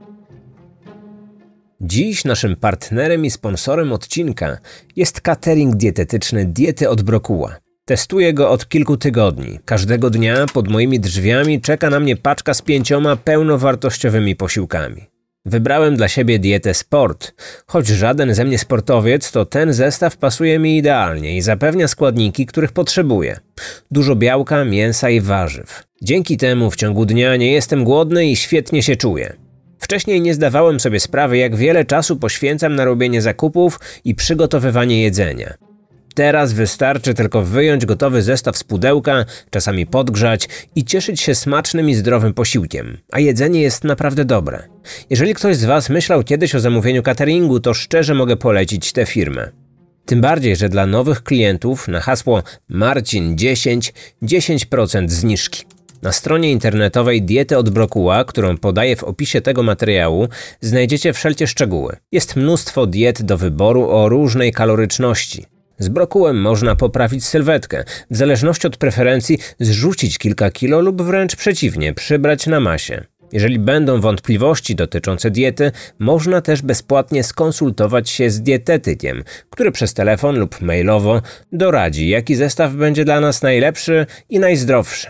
Dziś naszym partnerem i sponsorem odcinka jest catering dietetyczny Diety od Brokuła. Testuję go od kilku tygodni. Każdego dnia pod moimi drzwiami czeka na mnie paczka z 5 pełnowartościowymi posiłkami. Wybrałem dla siebie dietę sport. Choć żaden ze mnie sportowiec, to ten zestaw pasuje mi idealnie i zapewnia składniki, których potrzebuję. Dużo białka, mięsa i warzyw. Dzięki temu w ciągu dnia nie jestem głodny i świetnie się czuję. Wcześniej nie zdawałem sobie sprawy, jak wiele czasu poświęcam na robienie zakupów i przygotowywanie jedzenia. Teraz wystarczy tylko wyjąć gotowy zestaw z pudełka, czasami podgrzać i cieszyć się smacznym i zdrowym posiłkiem, a jedzenie jest naprawdę dobre. Jeżeli ktoś z Was myślał kiedyś o zamówieniu cateringu, to szczerze mogę polecić tę firmę. Tym bardziej, że dla nowych klientów na hasło Marcin10 10% zniżki. Na stronie internetowej Diety od Brokuła, którą podaję w opisie tego materiału, znajdziecie wszelkie szczegóły. Jest mnóstwo diet do wyboru o różnej kaloryczności. Z brokułem można poprawić sylwetkę, w zależności od preferencji zrzucić kilka kilo lub wręcz przeciwnie, przybrać na masie. Jeżeli będą wątpliwości dotyczące diety, można też bezpłatnie skonsultować się z dietetykiem, który przez telefon lub mailowo doradzi, jaki zestaw będzie dla nas najlepszy i najzdrowszy.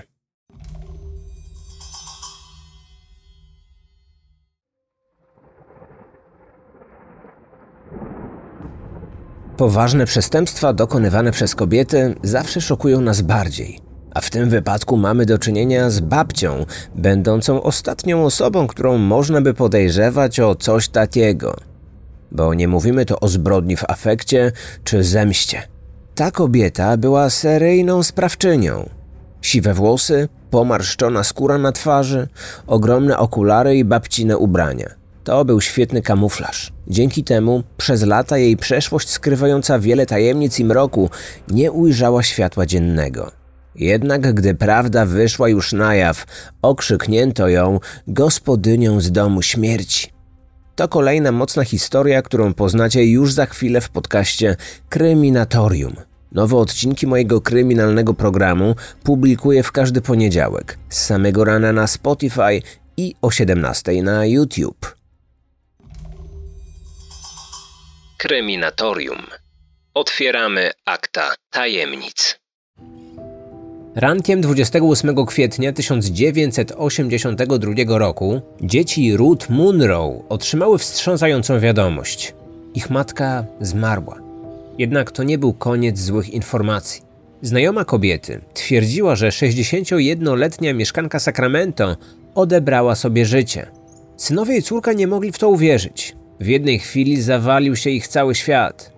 Poważne przestępstwa dokonywane przez kobiety zawsze szokują nas bardziej. A w tym wypadku mamy do czynienia z babcią, będącą ostatnią osobą, którą można by podejrzewać o coś takiego. Bo nie mówimy tu o zbrodni w afekcie czy zemście. Ta kobieta była seryjną sprawczynią. Siwe włosy, pomarszczona skóra na twarzy, ogromne okulary i babcine ubrania. To był świetny kamuflaż. Dzięki temu przez lata jej przeszłość skrywająca wiele tajemnic i mroku nie ujrzała światła dziennego. Jednak gdy prawda wyszła już na jaw, okrzyknięto ją gospodynią z domu śmierci. To kolejna mocna historia, którą poznacie już za chwilę w podcaście Kryminatorium. Nowe odcinki mojego kryminalnego programu publikuję w każdy poniedziałek, z samego rana na Spotify i o 17:00 na YouTube. Kryminatorium. Otwieramy akta tajemnic. Rankiem 28 kwietnia 1982 roku dzieci Ruth Munro otrzymały wstrząsającą wiadomość. Ich matka zmarła. Jednak to nie był koniec złych informacji. Znajoma kobiety twierdziła, że 61-letnia mieszkanka Sacramento odebrała sobie życie. Synowie i córka nie mogli w to uwierzyć. W jednej chwili zawalił się ich cały świat.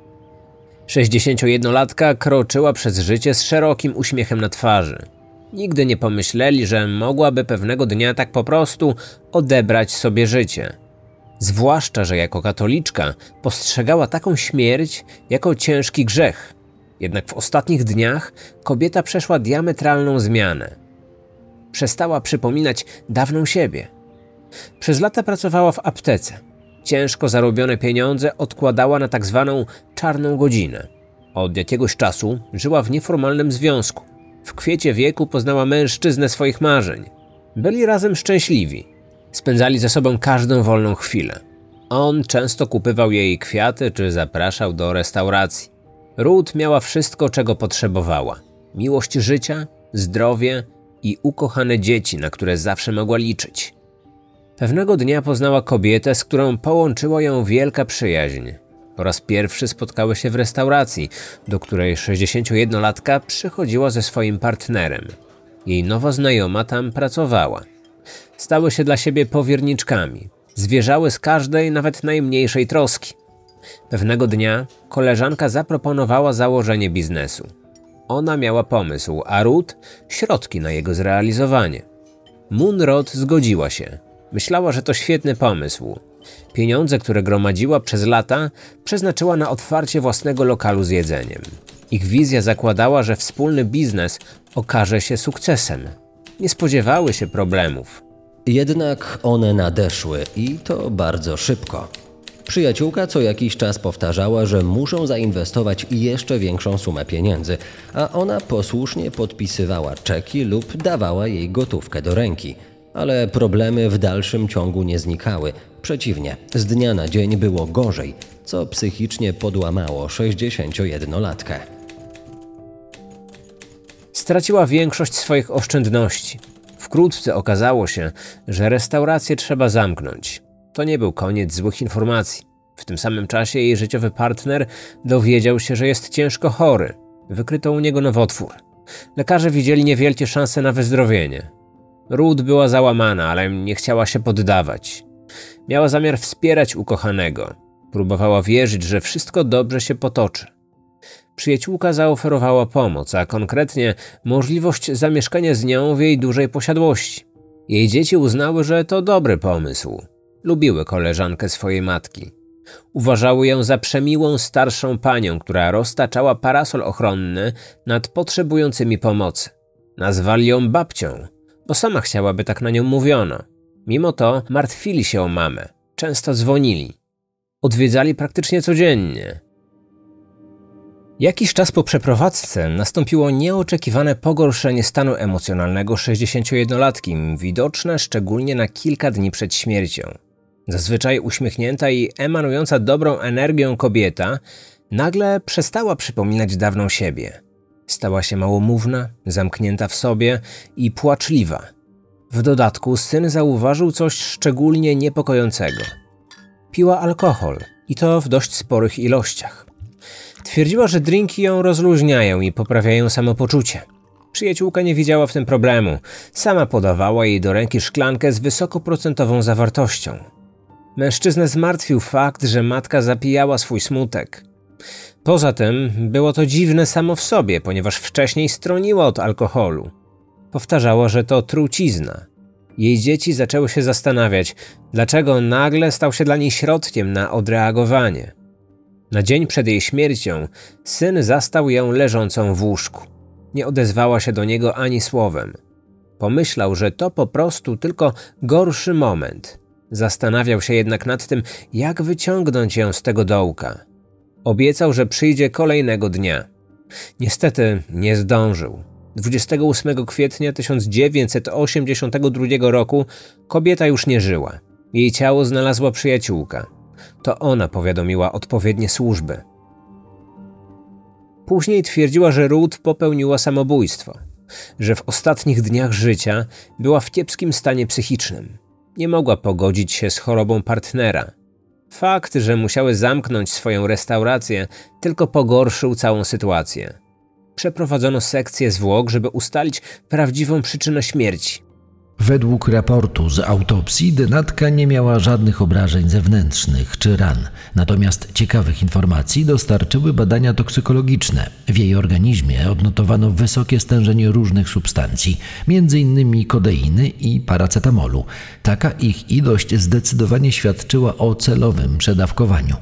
61-latka kroczyła przez życie z szerokim uśmiechem na twarzy. Nigdy nie pomyśleli, że mogłaby pewnego dnia tak po prostu odebrać sobie życie. Zwłaszcza, że jako katoliczka postrzegała taką śmierć jako ciężki grzech. Jednak w ostatnich dniach kobieta przeszła diametralną zmianę. Przestała przypominać dawną siebie. Przez lata pracowała w aptece. Ciężko zarobione pieniądze odkładała na tak zwaną czarną godzinę. Od jakiegoś czasu żyła w nieformalnym związku. W kwiecie wieku poznała mężczyznę swoich marzeń. Byli razem szczęśliwi. Spędzali ze sobą każdą wolną chwilę. On często kupywał jej kwiaty czy zapraszał do restauracji. Ruth miała wszystko, czego potrzebowała. Miłość życia, zdrowie i ukochane dzieci, na które zawsze mogła liczyć. Pewnego dnia poznała kobietę, z którą połączyła ją wielka przyjaźń. Po raz pierwszy spotkały się w restauracji, do której 61-latka przychodziła ze swoim partnerem. Jej nowa znajoma tam pracowała. Stały się dla siebie powierniczkami. Zwierzały z każdej, nawet najmniejszej troski. Pewnego dnia koleżanka zaproponowała założenie biznesu. Ona miała pomysł, a Ruth środki na jego zrealizowanie. Munro zgodziła się. Myślała, że to świetny pomysł. Pieniądze, które gromadziła przez lata, przeznaczyła na otwarcie własnego lokalu z jedzeniem. Ich wizja zakładała, że wspólny biznes okaże się sukcesem. Nie spodziewały się problemów. Jednak one nadeszły i to bardzo szybko. Przyjaciółka co jakiś czas powtarzała, że muszą zainwestować jeszcze większą sumę pieniędzy, a ona posłusznie podpisywała czeki lub dawała jej gotówkę do ręki. Ale problemy w dalszym ciągu nie znikały. Przeciwnie, z dnia na dzień było gorzej, co psychicznie podłamało 61-latkę. Straciła większość swoich oszczędności. Wkrótce okazało się, że restaurację trzeba zamknąć. To nie był koniec złych informacji. W tym samym czasie jej życiowy partner dowiedział się, że jest ciężko chory. Wykryto u niego nowotwór. Lekarze widzieli niewielkie szanse na wyzdrowienie. Ruth była załamana, ale nie chciała się poddawać. Miała zamiar wspierać ukochanego. Próbowała wierzyć, że wszystko dobrze się potoczy. Przyjaciółka zaoferowała pomoc, a konkretnie możliwość zamieszkania z nią w jej dużej posiadłości. Jej dzieci uznały, że to dobry pomysł. Lubiły koleżankę swojej matki. Uważały ją za przemiłą starszą panią, która roztaczała parasol ochronny nad potrzebującymi pomocy. Nazwali ją babcią, bo sama chciałaby tak na nią mówiono. Mimo to martwili się o mamę. Często dzwonili. Odwiedzali praktycznie codziennie. Jakiś czas po przeprowadzce nastąpiło nieoczekiwane pogorszenie stanu emocjonalnego 61-latki, widoczne szczególnie na kilka dni przed śmiercią. Zazwyczaj uśmiechnięta i emanująca dobrą energią kobieta nagle przestała przypominać dawną siebie. Stała się małomówna, zamknięta w sobie i płaczliwa. W dodatku syn zauważył coś szczególnie niepokojącego. Piła alkohol i to w dość sporych ilościach. Twierdziła, że drinki ją rozluźniają i poprawiają samopoczucie. Przyjaciółka nie widziała w tym problemu. Sama podawała jej do ręki szklankę z wysokoprocentową zawartością. Mężczyznę zmartwił fakt, że matka zapijała swój smutek. Poza tym było to dziwne samo w sobie, ponieważ wcześniej stroniła od alkoholu. Powtarzała, że to trucizna. Jej dzieci zaczęły się zastanawiać, dlaczego nagle stał się dla niej środkiem na odreagowanie. Na dzień przed jej śmiercią syn zastał ją leżącą w łóżku. Nie odezwała się do niego ani słowem. Pomyślał, że to po prostu tylko gorszy moment. Zastanawiał się jednak nad tym, jak wyciągnąć ją z tego dołka. Obiecał, że przyjdzie kolejnego dnia. Niestety nie zdążył. 28 kwietnia 1982 roku kobieta już nie żyła. Jej ciało znalazła przyjaciółka. To ona powiadomiła odpowiednie służby. Później twierdziła, że Ruth popełniła samobójstwo, że w ostatnich dniach życia była w kiepskim stanie psychicznym. Nie mogła pogodzić się z chorobą partnera. Fakt, że musiały zamknąć swoją restaurację, tylko pogorszył całą sytuację. Przeprowadzono sekcję zwłok, żeby ustalić prawdziwą przyczynę śmierci. Według raportu z autopsji denatka nie miała żadnych obrażeń zewnętrznych czy ran, natomiast ciekawych informacji dostarczyły badania toksykologiczne. W jej organizmie odnotowano wysokie stężenie różnych substancji, m.in. kodeiny i paracetamolu. Taka ich ilość zdecydowanie świadczyła o celowym przedawkowaniu.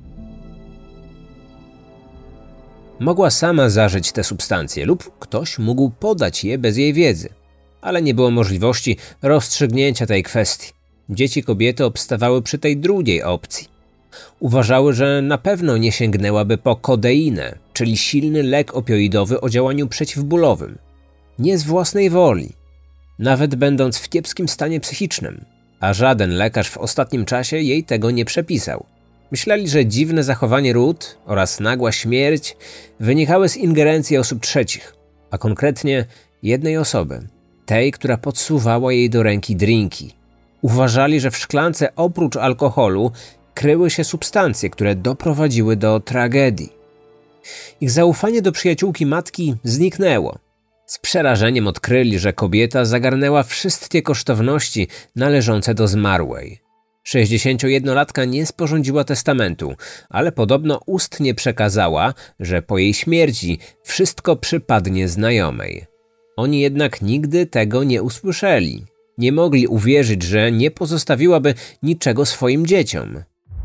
Mogła sama zażyć te substancje lub ktoś mógł podać je bez jej wiedzy. Ale nie było możliwości rozstrzygnięcia tej kwestii. Dzieci kobiety obstawały przy tej drugiej opcji. Uważały, że na pewno nie sięgnęłaby po kodeinę, czyli silny lek opioidowy o działaniu przeciwbólowym. Nie z własnej woli. Nawet będąc w kiepskim stanie psychicznym. A żaden lekarz w ostatnim czasie jej tego nie przepisał. Myśleli, że dziwne zachowanie Ruth oraz nagła śmierć wynikały z ingerencji osób trzecich, a konkretnie jednej osoby. Tej, która podsuwała jej do ręki drinki. Uważali, że w szklance oprócz alkoholu kryły się substancje, które doprowadziły do tragedii. Ich zaufanie do przyjaciółki matki zniknęło. Z przerażeniem odkryli, że kobieta zagarnęła wszystkie kosztowności należące do zmarłej. 61-latka nie sporządziła testamentu, ale podobno ustnie przekazała, że po jej śmierci wszystko przypadnie znajomej. Oni jednak nigdy tego nie usłyszeli. Nie mogli uwierzyć, że nie pozostawiłaby niczego swoim dzieciom.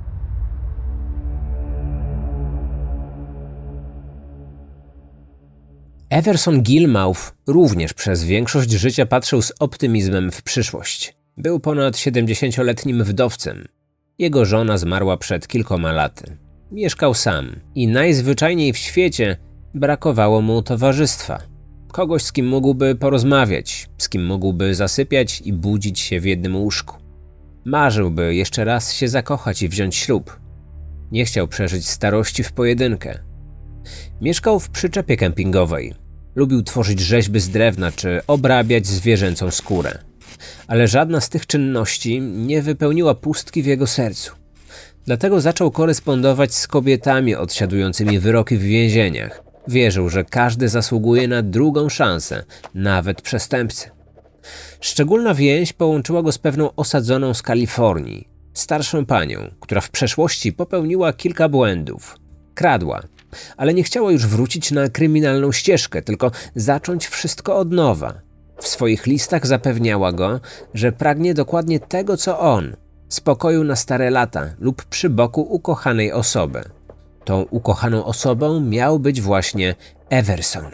Everson Gilmouth również przez większość życia patrzył z optymizmem w przyszłość. Był ponad 70-letnim wdowcem. Jego żona zmarła przed kilkoma laty. Mieszkał sam i najzwyczajniej w świecie brakowało mu towarzystwa. Kogoś, z kim mógłby porozmawiać, z kim mógłby zasypiać i budzić się w jednym łóżku. Marzyłby jeszcze raz się zakochać i wziąć ślub. Nie chciał przeżyć starości w pojedynkę. Mieszkał w przyczepie kempingowej. Lubił tworzyć rzeźby z drewna czy obrabiać zwierzęcą skórę. Ale żadna z tych czynności nie wypełniła pustki w jego sercu. Dlatego zaczął korespondować z kobietami odsiadującymi wyroki w więzieniach. Wierzył, że każdy zasługuje na drugą szansę, nawet przestępcy. Szczególna więź połączyła go z pewną osadzoną z Kalifornii, starszą panią, która w przeszłości popełniła kilka błędów. Kradła, ale nie chciała już wrócić na kryminalną ścieżkę, tylko zacząć wszystko od nowa. W swoich listach zapewniała go, że pragnie dokładnie tego, co on – spokoju na stare lata lub przy boku ukochanej osoby. Tą ukochaną osobą miał być właśnie Everson.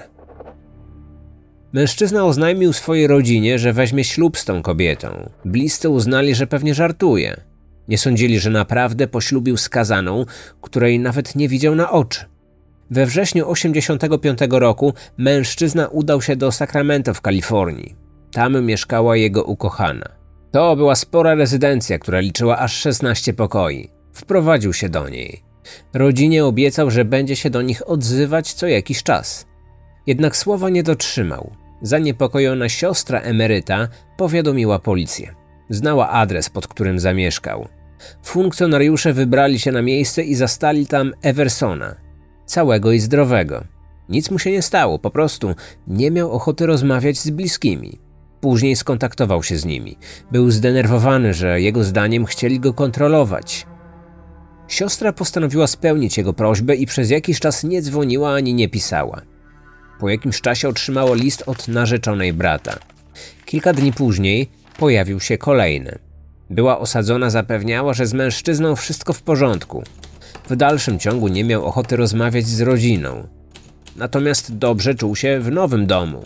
Mężczyzna oznajmił swojej rodzinie, że weźmie ślub z tą kobietą. Bliscy uznali, że pewnie żartuje. Nie sądzili, że naprawdę poślubił skazaną, której nawet nie widział na oczy. We wrześniu 1985 roku mężczyzna udał się do Sacramento w Kalifornii. Tam mieszkała jego ukochana. To była spora rezydencja, która liczyła aż 16 pokoi. Wprowadził się do niej. Rodzinie obiecał, że będzie się do nich odzywać co jakiś czas. Jednak słowa nie dotrzymał. Zaniepokojona siostra emeryta powiadomiła policję. Znała adres, pod którym zamieszkał. Funkcjonariusze wybrali się na miejsce i zastali tam Eversona. Całego i zdrowego. Nic mu się nie stało, po prostu nie miał ochoty rozmawiać z bliskimi. Później skontaktował się z nimi. Był zdenerwowany, że jego zdaniem chcieli go kontrolować. Siostra postanowiła spełnić jego prośbę i przez jakiś czas nie dzwoniła ani nie pisała. Po jakimś czasie otrzymała list od narzeczonej brata. Kilka dni później pojawił się kolejny. Była osadzona zapewniała, że z mężczyzną wszystko w porządku. W dalszym ciągu nie miał ochoty rozmawiać z rodziną. Natomiast dobrze czuł się w nowym domu.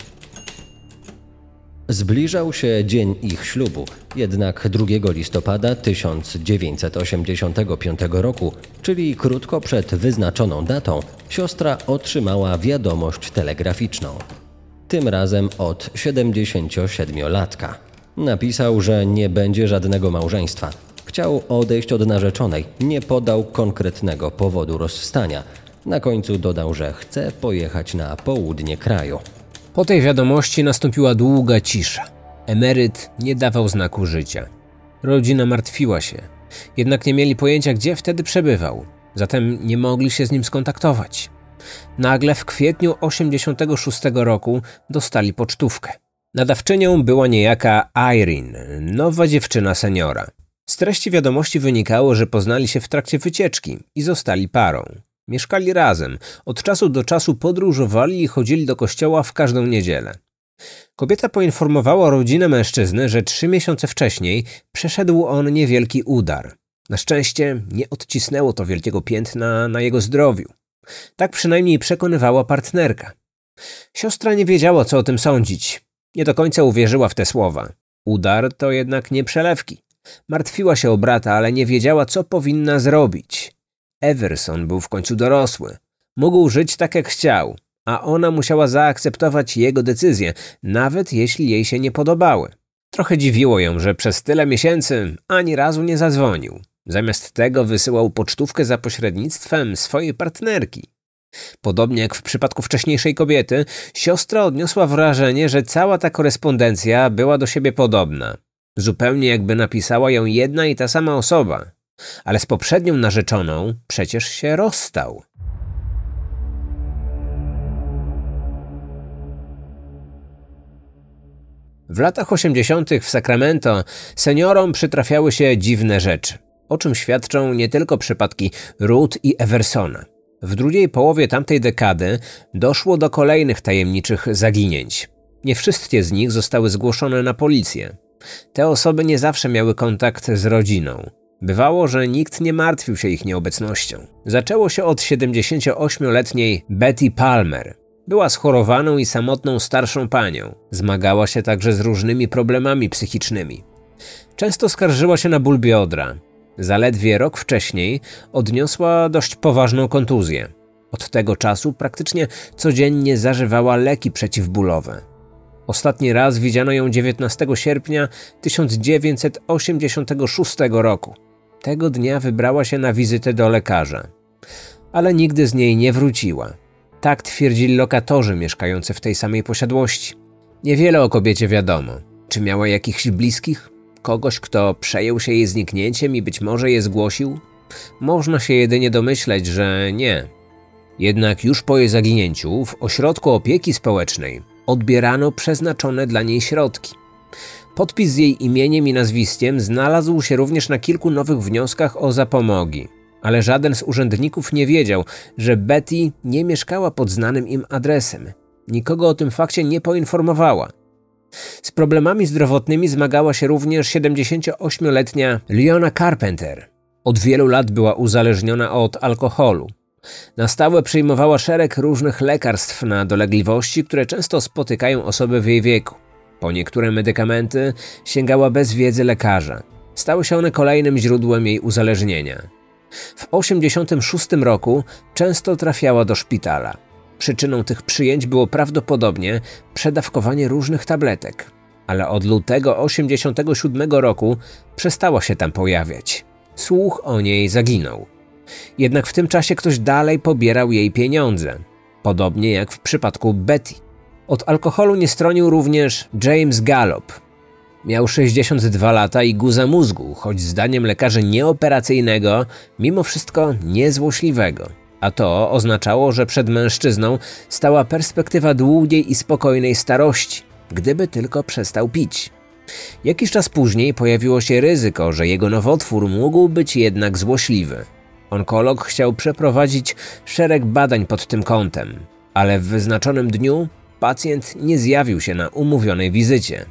Zbliżał się dzień ich ślubu, jednak 2 listopada 1985 roku, czyli krótko przed wyznaczoną datą, siostra otrzymała wiadomość telegraficzną. Tym razem od 77-latka. Napisał, że nie będzie żadnego małżeństwa. Chciał odejść od narzeczonej, nie podał konkretnego powodu rozstania. Na końcu dodał, że chce pojechać na południe kraju. Po tej wiadomości nastąpiła długa cisza. Emeryt nie dawał znaku życia. Rodzina martwiła się, jednak nie mieli pojęcia, gdzie wtedy przebywał. Zatem nie mogli się z nim skontaktować. Nagle w kwietniu 1986 roku dostali pocztówkę. Nadawczynią była niejaka Irene, nowa dziewczyna seniora. Z treści wiadomości wynikało, że poznali się w trakcie wycieczki i zostali parą. Mieszkali razem, od czasu do czasu podróżowali i chodzili do kościoła w każdą niedzielę. Kobieta poinformowała rodzinę mężczyzny, że 3 miesiące wcześniej przeszedł on niewielki udar. Na szczęście nie odcisnęło to wielkiego piętna na jego zdrowiu. Tak przynajmniej przekonywała partnerka. Siostra nie wiedziała, co o tym sądzić. Nie do końca uwierzyła w te słowa. Udar to jednak nie przelewki. Martwiła się o brata, ale nie wiedziała, co powinna zrobić. Everson był w końcu dorosły. Mógł żyć tak, jak chciał, a ona musiała zaakceptować jego decyzje, nawet jeśli jej się nie podobały. Trochę dziwiło ją, że przez tyle miesięcy ani razu nie zadzwonił. Zamiast tego wysyłał pocztówkę za pośrednictwem swojej partnerki. Podobnie jak w przypadku wcześniejszej kobiety, siostra odniosła wrażenie, że cała ta korespondencja była do siebie podobna. Zupełnie jakby napisała ją jedna i ta sama osoba. Ale z poprzednią narzeczoną przecież się rozstał. W latach 80. w Sacramento seniorom przytrafiały się dziwne rzeczy, o czym świadczą nie tylko przypadki Ruth i Eversona. W drugiej połowie tamtej dekady doszło do kolejnych tajemniczych zaginięć. Nie wszystkie z nich zostały zgłoszone na policję. Te osoby nie zawsze miały kontakt z rodziną. Bywało, że nikt nie martwił się ich nieobecnością. Zaczęło się od 78-letniej Betty Palmer. Była schorowaną i samotną starszą panią. Zmagała się także z różnymi problemami psychicznymi. Często skarżyła się na ból biodra. Zaledwie rok wcześniej odniosła dość poważną kontuzję. Od tego czasu praktycznie codziennie zażywała leki przeciwbólowe. Ostatni raz widziano ją 19 sierpnia 1986 roku. Tego dnia wybrała się na wizytę do lekarza, ale nigdy z niej nie wróciła. Tak twierdzili lokatorzy mieszkający w tej samej posiadłości. Niewiele o kobiecie wiadomo. Czy miała jakichś bliskich? Kogoś, kto przejął się jej zniknięciem i być może je zgłosił? Można się jedynie domyśleć, że nie. Jednak już po jej zaginięciu w ośrodku opieki społecznej odbierano przeznaczone dla niej środki. Podpis z jej imieniem i nazwiskiem znalazł się również na kilku nowych wnioskach o zapomogi, ale żaden z urzędników nie wiedział, że Betty nie mieszkała pod znanym im adresem. Nikogo o tym fakcie nie poinformowała. Z problemami zdrowotnymi zmagała się również 78-letnia Leona Carpenter. Od wielu lat była uzależniona od alkoholu. Na stałe przyjmowała szereg różnych lekarstw na dolegliwości, które często spotykają osoby w jej wieku. Po niektóre medykamenty sięgała bez wiedzy lekarza. Stały się one kolejnym źródłem jej uzależnienia. W 1986 roku często trafiała do szpitala. Przyczyną tych przyjęć było prawdopodobnie przedawkowanie różnych tabletek. Ale od lutego 1987 roku przestała się tam pojawiać. Słuch o niej zaginął. Jednak w tym czasie ktoś dalej pobierał jej pieniądze. Podobnie jak w przypadku Betty. Od alkoholu nie stronił również James Gallop. Miał 62 lata i guza mózgu, choć zdaniem lekarzy nieoperacyjnego, mimo wszystko niezłośliwego. A to oznaczało, że przed mężczyzną stała perspektywa długiej i spokojnej starości, gdyby tylko przestał pić. Jakiś czas później pojawiło się ryzyko, że jego nowotwór mógł być jednak złośliwy. Onkolog chciał przeprowadzić szereg badań pod tym kątem, ale w wyznaczonym dniu pacjent nie zjawił się na umówionej wizycie.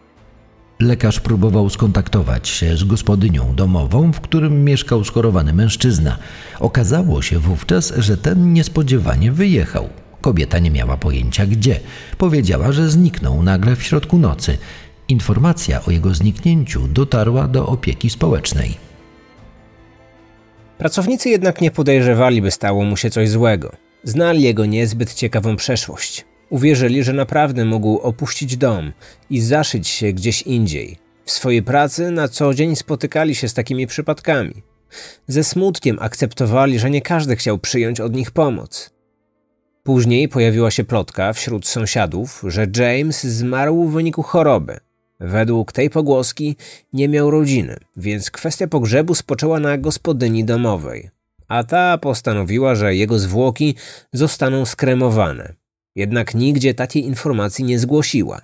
Lekarz próbował skontaktować się z gospodynią domową, w którym mieszkał schorowany mężczyzna. Okazało się wówczas, że ten niespodziewanie wyjechał. Kobieta nie miała pojęcia gdzie. Powiedziała, że zniknął nagle w środku nocy. Informacja o jego zniknięciu dotarła do opieki społecznej. Pracownicy jednak nie podejrzewali, by stało mu się coś złego. Znali jego niezbyt ciekawą przeszłość. Uwierzyli, że naprawdę mógł opuścić dom i zaszyć się gdzieś indziej. W swojej pracy na co dzień spotykali się z takimi przypadkami. Ze smutkiem akceptowali, że nie każdy chciał przyjąć od nich pomoc. Później pojawiła się plotka wśród sąsiadów, że James zmarł w wyniku choroby. Według tej pogłoski nie miał rodziny, więc kwestia pogrzebu spoczęła na gospodyni domowej. A ta postanowiła, że jego zwłoki zostaną skremowane. Jednak nigdzie takiej informacji nie zgłosiła.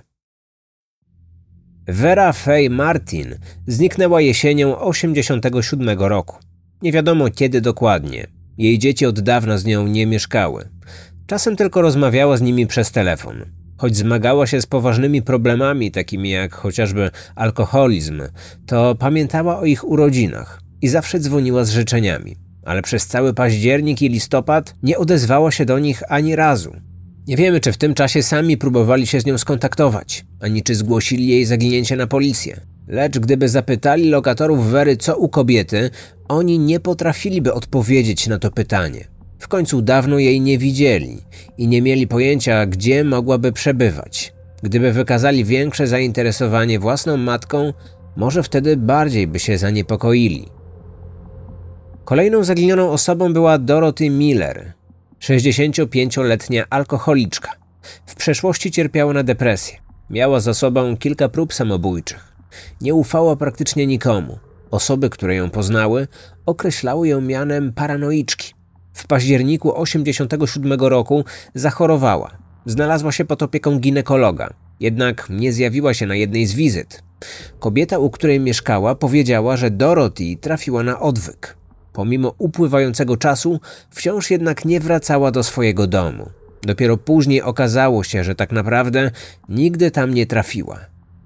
Vera Faye Martin zniknęła jesienią 1987 roku. Nie wiadomo kiedy dokładnie. Jej dzieci od dawna z nią nie mieszkały. Czasem tylko rozmawiała z nimi przez telefon. Choć zmagała się z poważnymi problemami, takimi jak chociażby alkoholizm, to pamiętała o ich urodzinach i zawsze dzwoniła z życzeniami. Ale przez cały październik i listopad nie odezwała się do nich ani razu. Nie wiemy, czy w tym czasie sami próbowali się z nią skontaktować, ani czy zgłosili jej zaginięcie na policję. Lecz gdyby zapytali lokatorów Wery, co u kobiety, oni nie potrafiliby odpowiedzieć na to pytanie. W końcu dawno jej nie widzieli i nie mieli pojęcia, gdzie mogłaby przebywać. Gdyby wykazali większe zainteresowanie własną matką, może wtedy bardziej by się zaniepokoili. Kolejną zaginioną osobą była Dorothy Miller, 65-letnia alkoholiczka. W przeszłości cierpiała na depresję. Miała za sobą kilka prób samobójczych. Nie ufała praktycznie nikomu. Osoby, które ją poznały, określały ją mianem paranoiczki. W październiku 1987 roku zachorowała. Znalazła się pod opieką ginekologa, jednak nie zjawiła się na jednej z wizyt. Kobieta, u której mieszkała, powiedziała, że Dorothy trafiła na odwyk. Pomimo upływającego czasu, wciąż jednak nie wracała do swojego domu. Dopiero później okazało się, że tak naprawdę nigdy tam nie trafiła.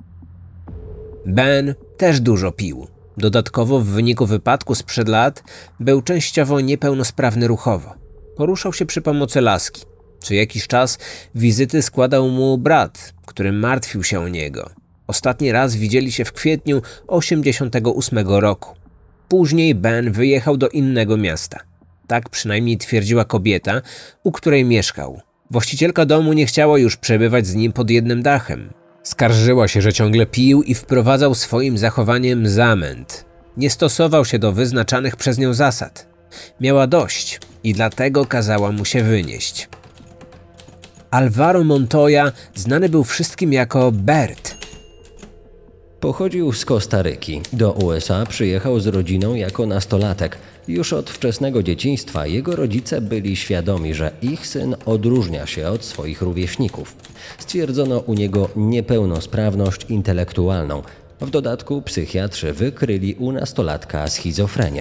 Ben też dużo pił. Dodatkowo w wyniku wypadku sprzed lat był częściowo niepełnosprawny ruchowo. Poruszał się przy pomocy laski. Co jakiś czas wizyty składał mu brat, który martwił się o niego. Ostatni raz widzieli się w kwietniu 1988 roku. Później Ben wyjechał do innego miasta. Tak przynajmniej twierdziła kobieta, u której mieszkał. Właścicielka domu nie chciała już przebywać z nim pod jednym dachem. Skarżyła się, że ciągle pił i wprowadzał swoim zachowaniem zamęt. Nie stosował się do wyznaczanych przez nią zasad. Miała dość i dlatego kazała mu się wynieść. Alvaro Montoya znany był wszystkim jako Bert. Pochodził z Kostaryki. Do USA przyjechał z rodziną jako nastolatek. Już od wczesnego dzieciństwa jego rodzice byli świadomi, że ich syn odróżnia się od swoich rówieśników. Stwierdzono u niego niepełnosprawność intelektualną. W dodatku psychiatrzy wykryli u nastolatka schizofrenię.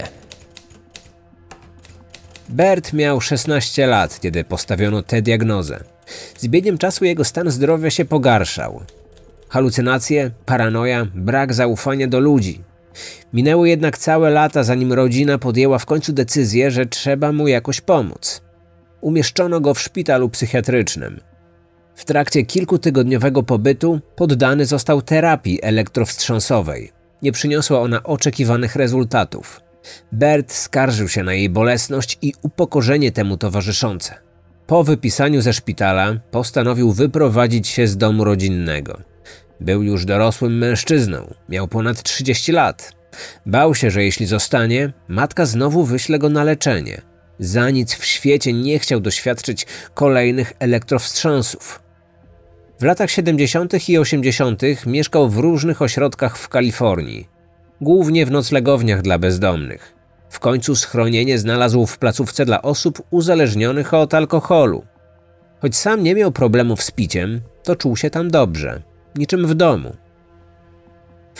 Bert miał 16 lat, kiedy postawiono tę diagnozę. Z biegiem czasu jego stan zdrowia się pogarszał. Halucynacje, paranoja, brak zaufania do ludzi. Minęły jednak całe lata, zanim rodzina podjęła w końcu decyzję, że trzeba mu jakoś pomóc. Umieszczono go w szpitalu psychiatrycznym. W trakcie kilkutygodniowego pobytu poddany został terapii elektrowstrząsowej. Nie przyniosła ona oczekiwanych rezultatów. Bert skarżył się na jej bolesność i upokorzenie temu towarzyszące. Po wypisaniu ze szpitala postanowił wyprowadzić się z domu rodzinnego. Był już dorosłym mężczyzną, miał ponad 30 lat. Bał się, że jeśli zostanie, matka znowu wyśle go na leczenie. Za nic w świecie nie chciał doświadczyć kolejnych elektrowstrząsów. W latach 70. i 80. mieszkał w różnych ośrodkach w Kalifornii, głównie w noclegowniach dla bezdomnych. W końcu schronienie znalazł w placówce dla osób uzależnionych od alkoholu. Choć sam nie miał problemów z piciem, to czuł się tam dobrze, niczym w domu. W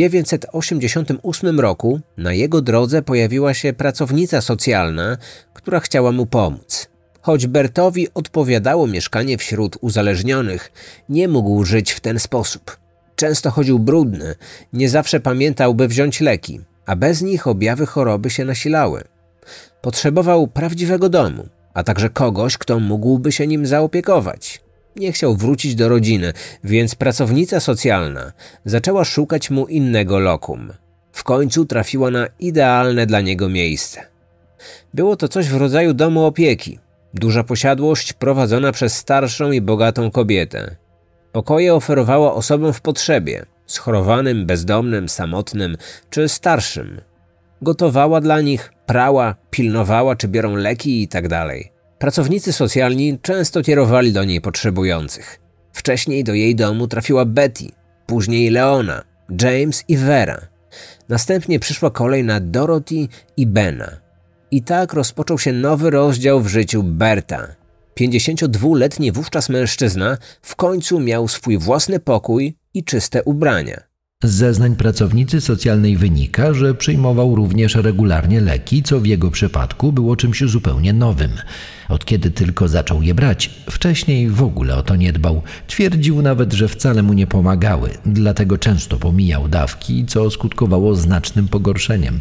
1988 roku na jego drodze pojawiła się pracownica socjalna, która chciała mu pomóc. Choć Bertowi odpowiadało mieszkanie wśród uzależnionych, nie mógł żyć w ten sposób. Często chodził brudny, nie zawsze pamiętał, by wziąć leki, a bez nich objawy choroby się nasilały. Potrzebował prawdziwego domu, a także kogoś, kto mógłby się nim zaopiekować. Nie chciał wrócić do rodziny, więc pracownica socjalna zaczęła szukać mu innego lokum. W końcu trafiła na idealne dla niego miejsce. Było to coś w rodzaju domu opieki. Duża posiadłość prowadzona przez starszą i bogatą kobietę. Pokoje oferowała osobom w potrzebie, schorowanym, bezdomnym, samotnym czy starszym. Gotowała dla nich, prała, pilnowała, czy biorą leki itd. Pracownicy socjalni często kierowali do niej potrzebujących. Wcześniej do jej domu trafiła Betty, później Leona, James i Vera. Następnie przyszła kolej na Dorothy i Bena. I tak rozpoczął się nowy rozdział w życiu Berta. 52-letni wówczas mężczyzna w końcu miał swój własny pokój i czyste ubrania. Z zeznań pracownicy socjalnej wynika, że przyjmował również regularnie leki, co w jego przypadku było czymś zupełnie nowym. Od kiedy tylko zaczął je brać, wcześniej w ogóle o to nie dbał. Twierdził nawet, że wcale mu nie pomagały, dlatego często pomijał dawki, co skutkowało znacznym pogorszeniem.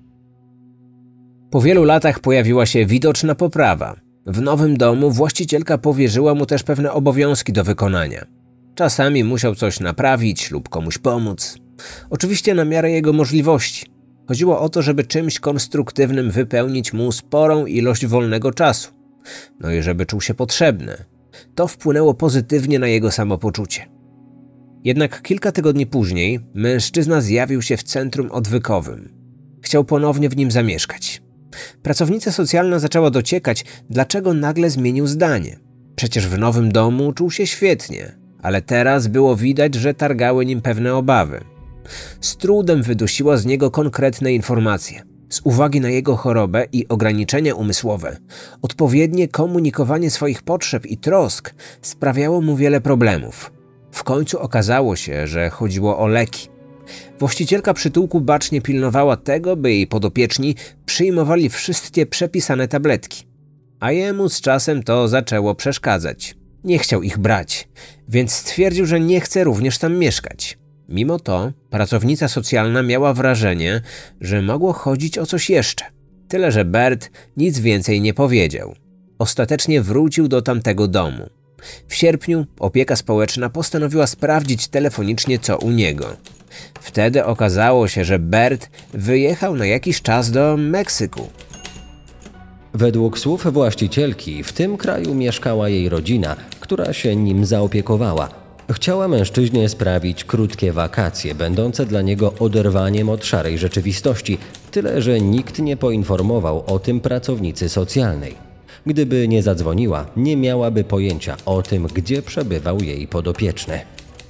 Po wielu latach pojawiła się widoczna poprawa. W nowym domu właścicielka powierzyła mu też pewne obowiązki do wykonania. Czasami musiał coś naprawić lub komuś pomóc. Oczywiście na miarę jego możliwości. Chodziło o to, żeby czymś konstruktywnym wypełnić mu sporą ilość wolnego czasu. No i żeby czuł się potrzebny. To wpłynęło pozytywnie na jego samopoczucie. Jednak kilka tygodni później mężczyzna zjawił się w centrum odwykowym. Chciał ponownie w nim zamieszkać. Pracownica socjalna zaczęła dociekać, dlaczego nagle zmienił zdanie. Przecież w nowym domu czuł się świetnie, ale teraz było widać, że targały nim pewne obawy. Z trudem wydusiła z niego konkretne informacje. Z uwagi na jego chorobę i ograniczenia umysłowe, odpowiednie komunikowanie swoich potrzeb i trosk sprawiało mu wiele problemów. W końcu okazało się, że chodziło o leki. Właścicielka przytułku bacznie pilnowała tego, by jej podopieczni przyjmowali wszystkie przepisane tabletki. A jemu z czasem to zaczęło przeszkadzać. Nie chciał ich brać, więc stwierdził, że nie chce również tam mieszkać. Mimo to pracownica socjalna miała wrażenie, że mogło chodzić o coś jeszcze. Tyle, że Bert nic więcej nie powiedział. Ostatecznie wrócił do tamtego domu. W sierpniu opieka społeczna postanowiła sprawdzić telefonicznie, co u niego. Wtedy okazało się, że Bert wyjechał na jakiś czas do Meksyku. Według słów właścicielki, w tym kraju mieszkała jej rodzina, która się nim zaopiekowała. Chciała mężczyźnie sprawić krótkie wakacje, będące dla niego oderwaniem od szarej rzeczywistości, tyle że nikt nie poinformował o tym pracownicy socjalnej. Gdyby nie zadzwoniła, nie miałaby pojęcia o tym, gdzie przebywał jej podopieczny.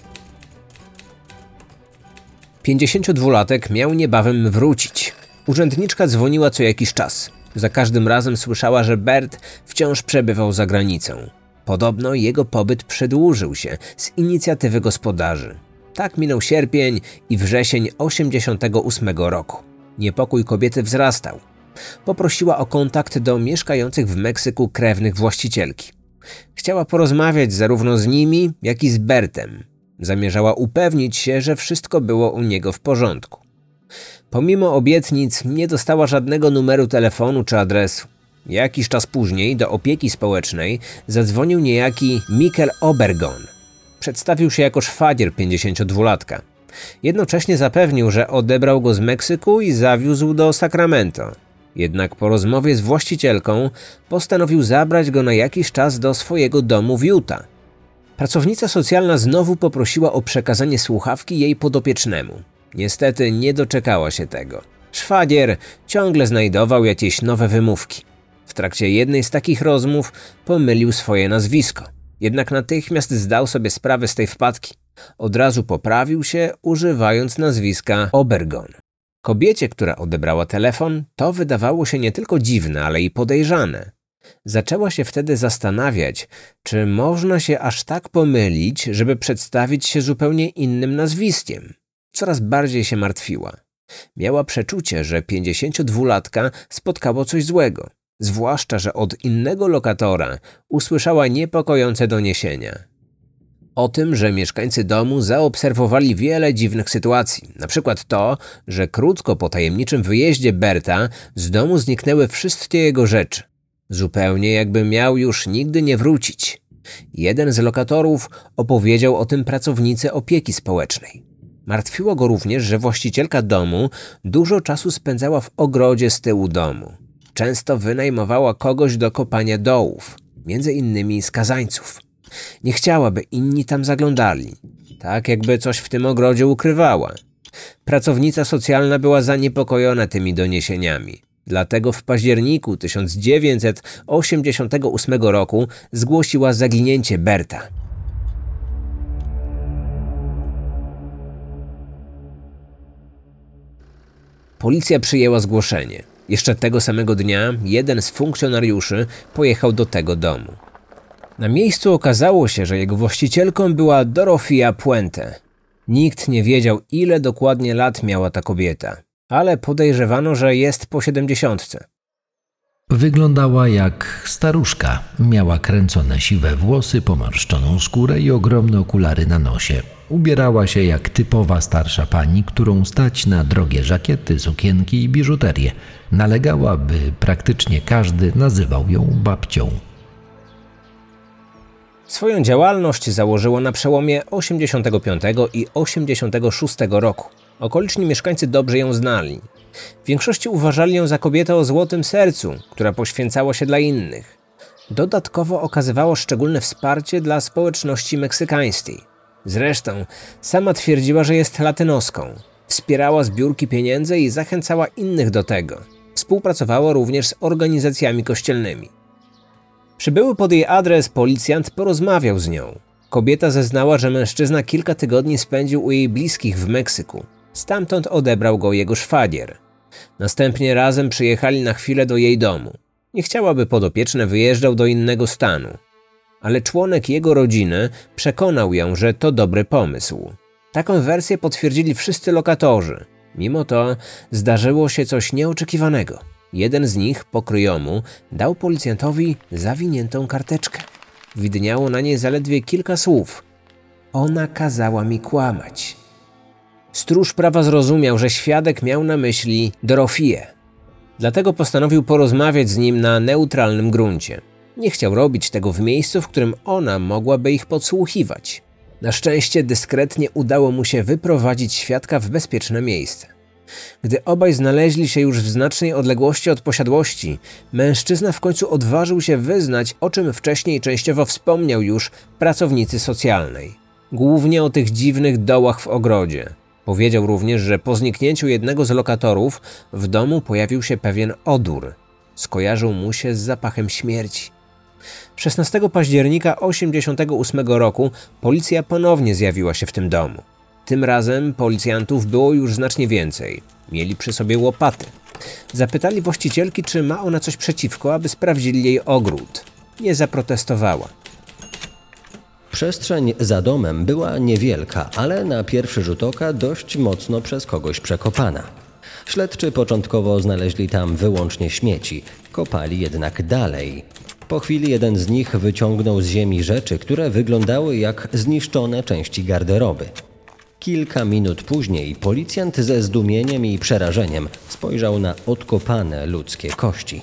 52-latek miał niebawem wrócić. Urzędniczka dzwoniła co jakiś czas. Za każdym razem słyszała, że Bert wciąż przebywał za granicą. Podobno jego pobyt przedłużył się z inicjatywy gospodarzy. Tak minął sierpień i wrzesień 1988 roku. Niepokój kobiety wzrastał. Poprosiła o kontakt do mieszkających w Meksyku krewnych właścicielki. Chciała porozmawiać zarówno z nimi, jak i z Bertem. Zamierzała upewnić się, że wszystko było u niego w porządku. Pomimo obietnic nie dostała żadnego numeru telefonu czy adresu. Jakiś czas później do opieki społecznej zadzwonił niejaki Mikkel Obergon. Przedstawił się jako szwagier 52-latka. Jednocześnie zapewnił, że odebrał go z Meksyku i zawiózł do Sacramento. Jednak po rozmowie z właścicielką postanowił zabrać go na jakiś czas do swojego domu w Utah. Pracownica socjalna znowu poprosiła o przekazanie słuchawki jej podopiecznemu. Niestety nie doczekała się tego. Szwagier ciągle znajdował jakieś nowe wymówki. W trakcie jednej z takich rozmów pomylił swoje nazwisko. Jednak natychmiast zdał sobie sprawę z tej wpadki. Od razu poprawił się, używając nazwiska Obergon. Kobiecie, która odebrała telefon, to wydawało się nie tylko dziwne, ale i podejrzane. Zaczęła się wtedy zastanawiać, czy można się aż tak pomylić, żeby przedstawić się zupełnie innym nazwiskiem. Coraz bardziej się martwiła. Miała przeczucie, że 52-latka spotkało coś złego, zwłaszcza, że od innego lokatora usłyszała niepokojące doniesienia. O tym, że mieszkańcy domu zaobserwowali wiele dziwnych sytuacji, na przykład to, że krótko po tajemniczym wyjeździe Berta z domu zniknęły wszystkie jego rzeczy. Zupełnie jakby miał już nigdy nie wrócić. Jeden z lokatorów opowiedział o tym pracownicy opieki społecznej. Martwiło go również, że właścicielka domu dużo czasu spędzała w ogrodzie z tyłu domu. Często wynajmowała kogoś do kopania dołów, między innymi skazańców. Nie chciała, by inni tam zaglądali, tak jakby coś w tym ogrodzie ukrywała. Pracownica socjalna była zaniepokojona tymi doniesieniami. Dlatego w październiku 1988 roku zgłosiła zaginięcie Berta. Policja przyjęła zgłoszenie. Jeszcze tego samego dnia jeden z funkcjonariuszy pojechał do tego domu. Na miejscu okazało się, że jego właścicielką była Dorothea Puente. Nikt nie wiedział, ile dokładnie lat miała ta kobieta, ale podejrzewano, że jest po 70. Wyglądała jak staruszka. Miała kręcone siwe włosy, pomarszczoną skórę i ogromne okulary na nosie. Ubierała się jak typowa starsza pani, którą stać na drogie żakiety, sukienki i biżuterię. Nalegała, by praktycznie każdy nazywał ją babcią. Swoją działalność założyło na przełomie 85 i 86 roku. Okoliczni mieszkańcy dobrze ją znali. W większości uważali ją za kobietę o złotym sercu, która poświęcała się dla innych. Dodatkowo okazywała szczególne wsparcie dla społeczności meksykańskiej. Zresztą sama twierdziła, że jest latynoską. Wspierała zbiórki pieniędzy i zachęcała innych do tego. Współpracowała również z organizacjami kościelnymi. Przybyły pod jej adres policjant porozmawiał z nią. Kobieta zeznała, że mężczyzna kilka tygodni spędził u jej bliskich w Meksyku. Stamtąd odebrał go jego szwagier. Następnie razem przyjechali na chwilę do jej domu. Nie chciała, by podopieczny wyjeżdżał do innego stanu. Ale członek jego rodziny przekonał ją, że to dobry pomysł. Taką wersję potwierdzili wszyscy lokatorzy. Mimo to zdarzyło się coś nieoczekiwanego. Jeden z nich, pokryjomu, dał policjantowi zawiniętą karteczkę. Widniało na niej zaledwie kilka słów. Ona kazała mi kłamać. Stróż prawa zrozumiał, że świadek miał na myśli Dorothię. Dlatego postanowił porozmawiać z nim na neutralnym gruncie. Nie chciał robić tego w miejscu, w którym ona mogłaby ich podsłuchiwać. Na szczęście dyskretnie udało mu się wyprowadzić świadka w bezpieczne miejsce. Gdy obaj znaleźli się już w znacznej odległości od posiadłości, mężczyzna w końcu odważył się wyznać, o czym wcześniej częściowo wspomniał już pracownicy socjalnej. Głównie o tych dziwnych dołach w ogrodzie. Powiedział również, że po zniknięciu jednego z lokatorów w domu pojawił się pewien odór. Skojarzył mu się z zapachem śmierci. 16 października 1988 roku policja ponownie zjawiła się w tym domu. Tym razem policjantów było już znacznie więcej. Mieli przy sobie łopaty. Zapytali właścicielki, czy ma ona coś przeciwko, aby sprawdzili jej ogród. Nie zaprotestowała. Przestrzeń za domem była niewielka, ale na pierwszy rzut oka dość mocno przez kogoś przekopana. Śledczy początkowo znaleźli tam wyłącznie śmieci, kopali jednak dalej. Po chwili jeden z nich wyciągnął z ziemi rzeczy, które wyglądały jak zniszczone części garderoby. Kilka minut później policjant ze zdumieniem i przerażeniem spojrzał na odkopane ludzkie kości.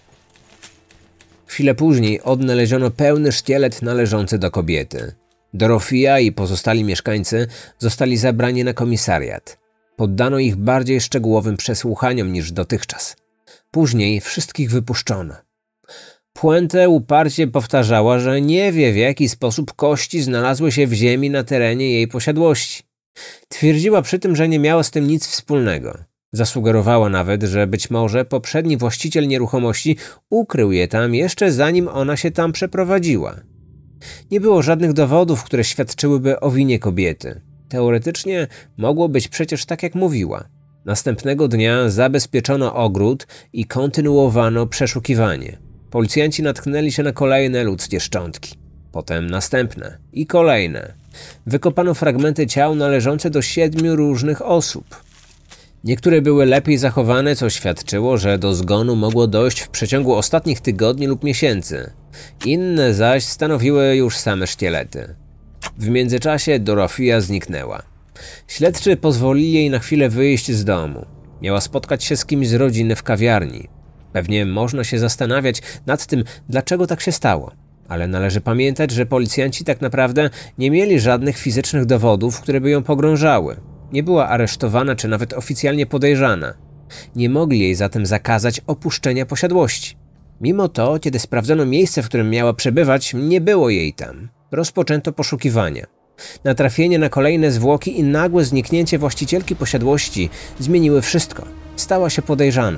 Chwilę później odnaleziono pełny szkielet należący do kobiety. Dorothea i pozostali mieszkańcy zostali zabrani na komisariat. Poddano ich bardziej szczegółowym przesłuchaniom niż dotychczas. Później wszystkich wypuszczono. Puente uparcie powtarzała, że nie wie, w jaki sposób kości znalazły się w ziemi na terenie jej posiadłości. Twierdziła przy tym, że nie miała z tym nic wspólnego. Zasugerowała nawet, że być może poprzedni właściciel nieruchomości ukrył je tam jeszcze zanim ona się tam przeprowadziła. Nie było żadnych dowodów, które świadczyłyby o winie kobiety. Teoretycznie mogło być przecież tak, jak mówiła. Następnego dnia zabezpieczono ogród i kontynuowano przeszukiwanie. Policjanci natknęli się na kolejne ludzkie szczątki. Potem następne i kolejne. Wykopano fragmenty ciał należące do 7 różnych osób. Niektóre były lepiej zachowane, co świadczyło, że do zgonu mogło dojść w przeciągu ostatnich tygodni lub miesięcy. Inne zaś stanowiły już same szkielety. W międzyczasie Dorothea zniknęła. Śledczy pozwolili jej na chwilę wyjść z domu. Miała spotkać się z kimś z rodziny w kawiarni. Pewnie można się zastanawiać nad tym, dlaczego tak się stało. Ale należy pamiętać, że policjanci tak naprawdę nie mieli żadnych fizycznych dowodów, które by ją pogrążały. Nie była aresztowana czy nawet oficjalnie podejrzana. Nie mogli jej zatem zakazać opuszczenia posiadłości. Mimo to, kiedy sprawdzono miejsce, w którym miała przebywać, nie było jej tam. Rozpoczęto poszukiwania. Natrafienie na kolejne zwłoki i nagłe zniknięcie właścicielki posiadłości zmieniły wszystko. Stała się podejrzaną.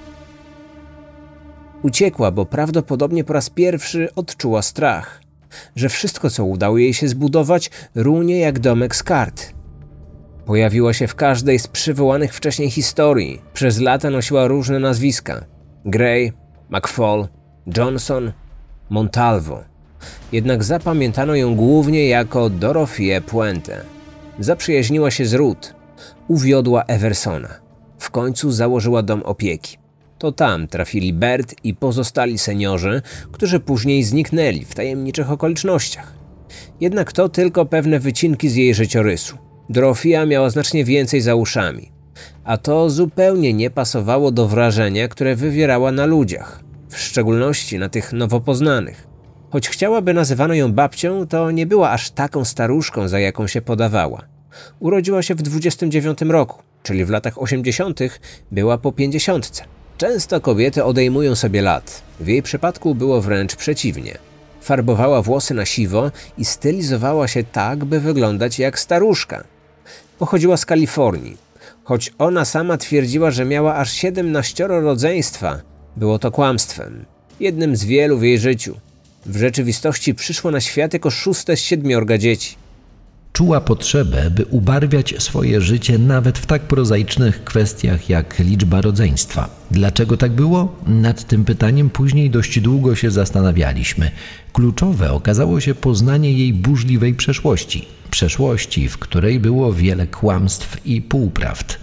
Uciekła, bo prawdopodobnie po raz pierwszy odczuła strach, że wszystko, co udało jej się zbudować, runie jak domek z kart. Pojawiła się w każdej z przywołanych wcześniej historii. Przez lata nosiła różne nazwiska: Gray, McFall, Johnson, Montalvo. Jednak zapamiętano ją głównie jako Dorothea Puente. Zaprzyjaźniła się z Ruth, uwiodła Eversona. W końcu założyła dom opieki. To tam trafili Bert i pozostali seniorzy, którzy później zniknęli w tajemniczych okolicznościach. Jednak to tylko pewne wycinki z jej życiorysu. Dorothea miała znacznie więcej za uszami, a to zupełnie nie pasowało do wrażenia, które wywierała na ludziach, w szczególności na tych nowo poznanych. Choć chciałaby nazywano ją babcią, to nie była aż taką staruszką, za jaką się podawała. Urodziła się w 29 roku, czyli w latach 80. była po 50. Często kobiety odejmują sobie lat. W jej przypadku było wręcz przeciwnie. Farbowała włosy na siwo i stylizowała się tak, by wyglądać jak staruszka. Pochodziła z Kalifornii. Choć ona sama twierdziła, że miała aż 17 rodzeństwa, było to kłamstwem. Jednym z wielu w jej życiu. W rzeczywistości przyszło na świat jako 6 z 7 dzieci. Czuła potrzebę, by ubarwiać swoje życie nawet w tak prozaicznych kwestiach jak liczba rodzeństwa. Dlaczego tak było? Nad tym pytaniem później dość długo się zastanawialiśmy. Kluczowe okazało się poznanie jej burzliwej przeszłości. Przeszłości, w której było wiele kłamstw i półprawd.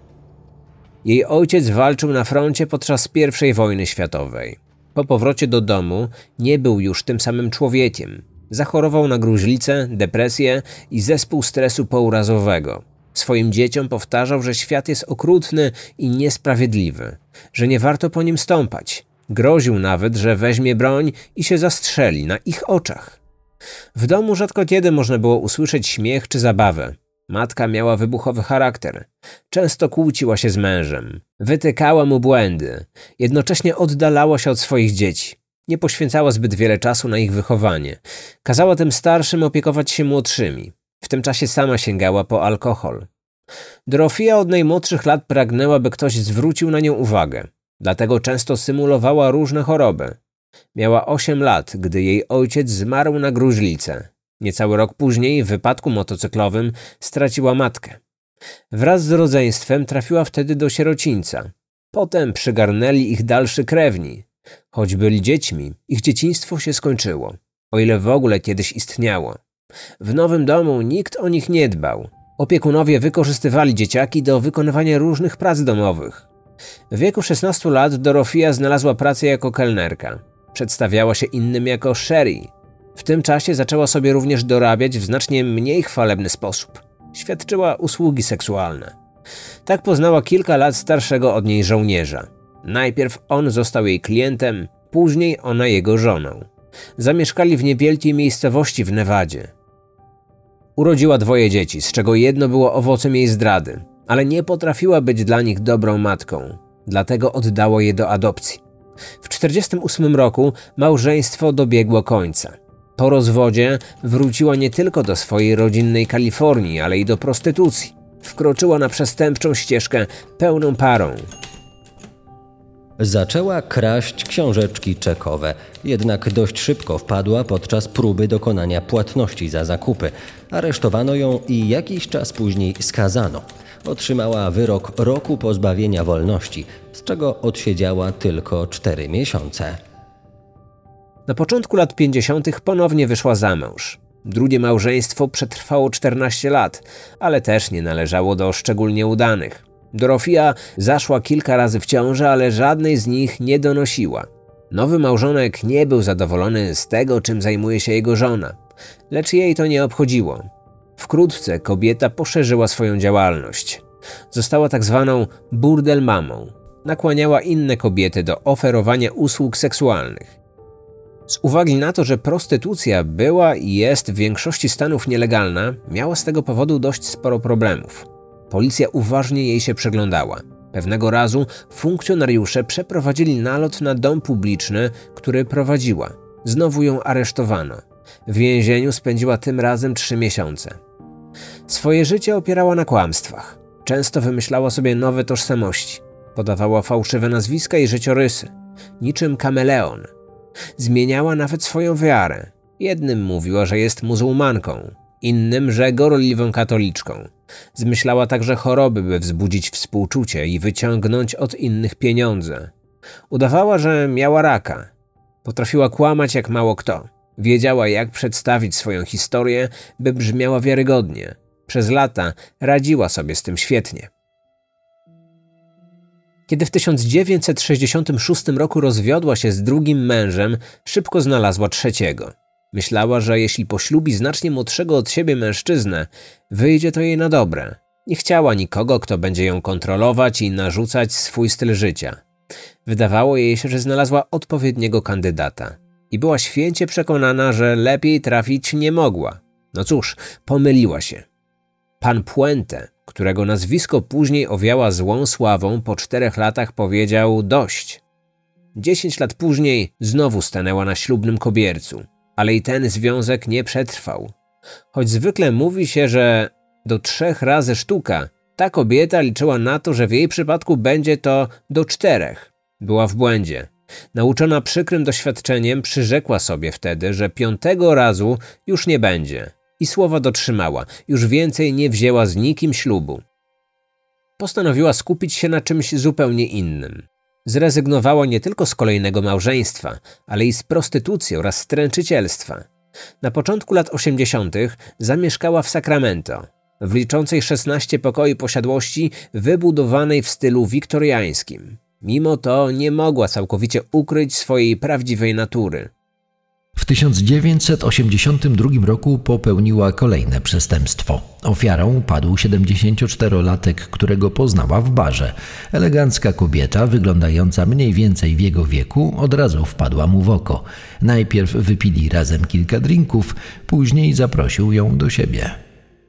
Jej ojciec walczył na froncie podczas I wojny światowej. Po powrocie do domu nie był już tym samym człowiekiem. Zachorował na gruźlicę, depresję i zespół stresu pourazowego. Swoim dzieciom powtarzał, że świat jest okrutny i niesprawiedliwy, że nie warto po nim stąpać. Groził nawet, że weźmie broń i się zastrzeli na ich oczach. W domu rzadko kiedy można było usłyszeć śmiech czy zabawę. Matka miała wybuchowy charakter. Często kłóciła się z mężem. Wytykała mu błędy. Jednocześnie oddalała się od swoich dzieci. Nie poświęcała zbyt wiele czasu na ich wychowanie. Kazała tym starszym opiekować się młodszymi. W tym czasie sama sięgała po alkohol. Dorothea od najmłodszych lat pragnęła, by ktoś zwrócił na nią uwagę. Dlatego często symulowała różne choroby. Miała 8 lat, gdy jej ojciec zmarł na gruźlicę. Niecały rok później w wypadku motocyklowym straciła matkę. Wraz z rodzeństwem trafiła wtedy do sierocińca. Potem przygarnęli ich dalszy krewni. Choć byli dziećmi, ich dzieciństwo się skończyło, o ile w ogóle kiedyś istniało. W nowym domu nikt o nich nie dbał. Opiekunowie wykorzystywali dzieciaki do wykonywania różnych prac domowych. W wieku 16 lat Dorothea znalazła pracę jako kelnerka. Przedstawiała się innym jako Sherry. W tym czasie zaczęła sobie również dorabiać w znacznie mniej chwalebny sposób. Świadczyła usługi seksualne. Tak poznała kilka lat starszego od niej żołnierza. Najpierw on został jej klientem, później ona jego żoną. Zamieszkali w niewielkiej miejscowości w Nevadzie. Urodziła 2 dzieci, z czego jedno było owocem jej zdrady, ale nie potrafiła być dla nich dobrą matką. Dlatego oddała je do adopcji. W 1948 roku małżeństwo dobiegło końca. Po rozwodzie wróciła nie tylko do swojej rodzinnej Kalifornii, ale i do prostytucji. Wkroczyła na przestępczą ścieżkę pełną parą. Zaczęła kraść książeczki czekowe, jednak dość szybko wpadła podczas próby dokonania płatności za zakupy. Aresztowano ją i jakiś czas później skazano. Otrzymała wyrok roku pozbawienia wolności, z czego odsiedziała tylko 4 miesiące. Na początku lat 50. ponownie wyszła za mąż. Drugie małżeństwo przetrwało 14 lat, ale też nie należało do szczególnie udanych. Dorothea zaszła kilka razy w ciążę, ale żadnej z nich nie donosiła. Nowy małżonek nie był zadowolony z tego, czym zajmuje się jego żona, lecz jej to nie obchodziło. Wkrótce kobieta poszerzyła swoją działalność. Została tak zwaną burdel mamą. Nakłaniała inne kobiety do oferowania usług seksualnych. Z uwagi na to, że prostytucja była i jest w większości stanów nielegalna, miała z tego powodu dość sporo problemów. Policja uważnie jej się przyglądała. Pewnego razu funkcjonariusze przeprowadzili nalot na dom publiczny, który prowadziła. Znowu ją aresztowano. W więzieniu spędziła tym razem 3 miesiące. Swoje życie opierała na kłamstwach. Często wymyślała sobie nowe tożsamości. Podawała fałszywe nazwiska i życiorysy. Niczym kameleon. Zmieniała nawet swoją wiarę. Jednym mówiła, że jest muzułmanką, innym, że gorliwą katoliczką. Zmyślała także choroby, by wzbudzić współczucie i wyciągnąć od innych pieniądze. Udawała, że miała raka. Potrafiła kłamać jak mało kto. Wiedziała, jak przedstawić swoją historię, by brzmiała wiarygodnie. Przez lata radziła sobie z tym świetnie. Kiedy w 1966 roku rozwiodła się z drugim mężem, szybko znalazła trzeciego. Myślała, że jeśli poślubi znacznie młodszego od siebie mężczyznę, wyjdzie to jej na dobre. Nie chciała nikogo, kto będzie ją kontrolować i narzucać swój styl życia. Wydawało jej się, że znalazła odpowiedniego kandydata. I była święcie przekonana, że lepiej trafić nie mogła. No cóż, pomyliła się. Pan Puente, którego nazwisko później owiała złą sławą, po 4 latach powiedział dość. 10 lat później znowu stanęła na ślubnym kobiercu, ale i ten związek nie przetrwał. Choć zwykle mówi się, że do 3 razy sztuka, ta kobieta liczyła na to, że w jej przypadku będzie to do 4. Była w błędzie. Nauczona przykrym doświadczeniem, przyrzekła sobie wtedy, że 5. razu już nie będzie. I słowa dotrzymała. Już więcej nie wzięła z nikim ślubu. Postanowiła skupić się na czymś zupełnie innym. Zrezygnowała nie tylko z kolejnego małżeństwa, ale i z prostytucji oraz stręczycielstwa. Na początku lat 80. zamieszkała w Sacramento, w liczącej 16 pokoi posiadłości wybudowanej w stylu wiktoriańskim. Mimo to nie mogła całkowicie ukryć swojej prawdziwej natury. W 1982 roku popełniła kolejne przestępstwo. Ofiarą padł 74-latek, którego poznała w barze. Elegancka kobieta, wyglądająca mniej więcej w jego wieku, od razu wpadła mu w oko. Najpierw wypili razem kilka drinków, później zaprosił ją do siebie.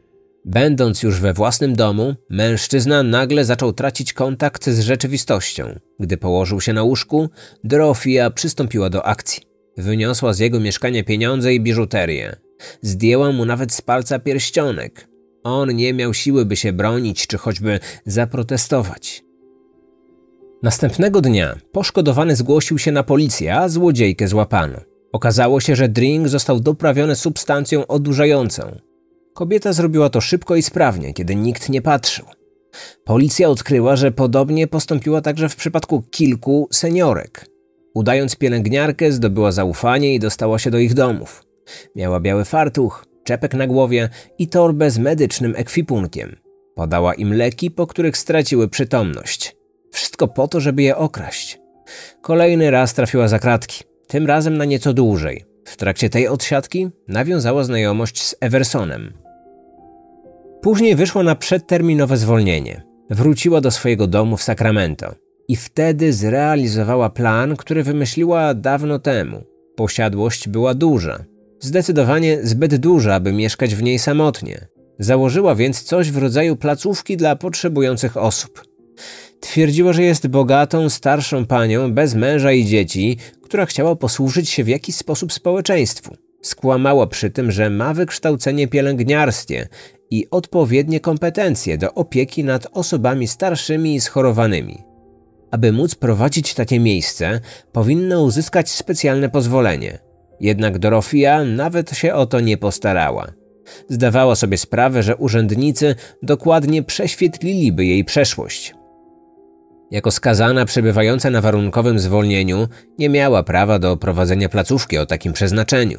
Będąc już we własnym domu, mężczyzna nagle zaczął tracić kontakt z rzeczywistością. Gdy położył się na łóżku, Dorothea przystąpiła do akcji. Wyniosła z jego mieszkania pieniądze i biżuterię. Zdjęła mu nawet z palca pierścionek. On nie miał siły, by się bronić czy choćby zaprotestować. Następnego dnia poszkodowany zgłosił się na policję, a złodziejkę złapano. Okazało się, że drink został doprawiony substancją odurzającą. Kobieta zrobiła to szybko i sprawnie, kiedy nikt nie patrzył. Policja odkryła, że podobnie postąpiła także w przypadku kilku seniorek. Udając pielęgniarkę, zdobyła zaufanie i dostała się do ich domów. Miała biały fartuch, czepek na głowie i torbę z medycznym ekwipunkiem. Podała im leki, po których straciły przytomność. Wszystko po to, żeby je okraść. Kolejny raz trafiła za kratki, tym razem na nieco dłużej. W trakcie tej odsiadki nawiązała znajomość z Eversonem. Później wyszła na przedterminowe zwolnienie. Wróciła do swojego domu w Sacramento. I wtedy zrealizowała plan, który wymyśliła dawno temu. Posiadłość była duża. Zdecydowanie zbyt duża, aby mieszkać w niej samotnie. Założyła więc coś w rodzaju placówki dla potrzebujących osób. Twierdziła, że jest bogatą, starszą panią bez męża i dzieci, która chciała posłużyć się w jakiś sposób społeczeństwu. Skłamała przy tym, że ma wykształcenie pielęgniarskie i odpowiednie kompetencje do opieki nad osobami starszymi i schorowanymi. Aby móc prowadzić takie miejsce, powinno uzyskać specjalne pozwolenie. Jednak Dorothea nawet się o to nie postarała. Zdawała sobie sprawę, że urzędnicy dokładnie prześwietliliby jej przeszłość. Jako skazana przebywająca na warunkowym zwolnieniu nie miała prawa do prowadzenia placówki o takim przeznaczeniu.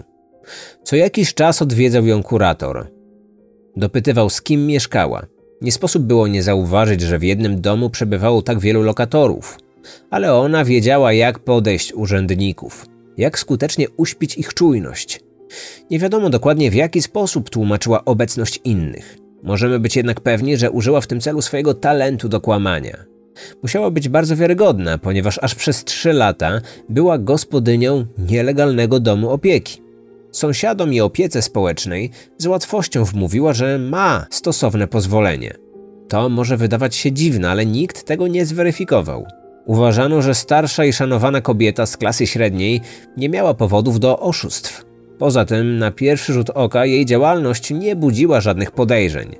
Co jakiś czas odwiedzał ją kurator. Dopytywał, z kim mieszkała. Nie sposób było nie zauważyć, że w jednym domu przebywało tak wielu lokatorów. Ale ona wiedziała, jak podejść urzędników, jak skutecznie uśpić ich czujność. Nie wiadomo dokładnie, w jaki sposób tłumaczyła obecność innych. Możemy być jednak pewni, że użyła w tym celu swojego talentu do kłamania. Musiała być bardzo wiarygodna, ponieważ aż przez 3 lata była gospodynią nielegalnego domu opieki. Sąsiadom i opiece społecznej z łatwością wmówiła, że ma stosowne pozwolenie. To może wydawać się dziwne, ale nikt tego nie zweryfikował. Uważano, że starsza i szanowana kobieta z klasy średniej nie miała powodów do oszustw. Poza tym, na pierwszy rzut oka jej działalność nie budziła żadnych podejrzeń.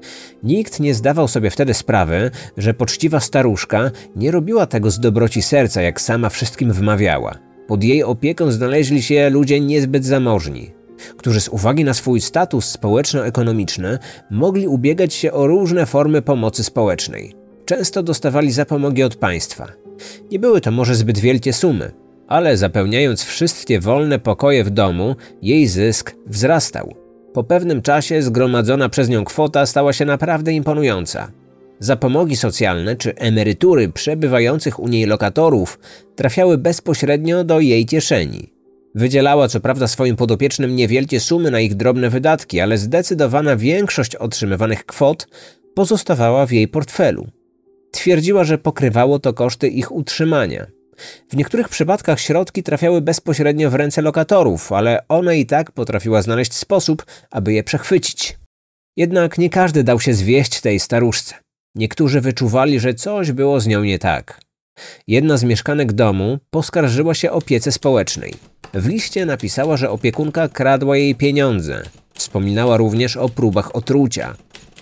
Nikt nie zdawał sobie wtedy sprawy, że poczciwa staruszka nie robiła tego z dobroci serca, jak sama wszystkim wmawiała. Pod jej opieką znaleźli się ludzie niezbyt zamożni, którzy z uwagi na swój status społeczno-ekonomiczny mogli ubiegać się o różne formy pomocy społecznej. Często dostawali zapomogi od państwa. Nie były to może zbyt wielkie sumy, ale zapełniając wszystkie wolne pokoje w domu, jej zysk wzrastał. Po pewnym czasie zgromadzona przez nią kwota stała się naprawdę imponująca. Zapomogi socjalne czy emerytury przebywających u niej lokatorów trafiały bezpośrednio do jej kieszeni. Wydzielała co prawda swoim podopiecznym niewielkie sumy na ich drobne wydatki, ale zdecydowana większość otrzymywanych kwot pozostawała w jej portfelu. Twierdziła, że pokrywało to koszty ich utrzymania. W niektórych przypadkach środki trafiały bezpośrednio w ręce lokatorów, ale ona i tak potrafiła znaleźć sposób, aby je przechwycić. Jednak nie każdy dał się zwieść tej staruszce. Niektórzy wyczuwali, że coś było z nią nie tak. Jedna z mieszkanek domu poskarżyła się opiece społecznej. W liście napisała, że opiekunka kradła jej pieniądze. Wspominała również o próbach otrucia.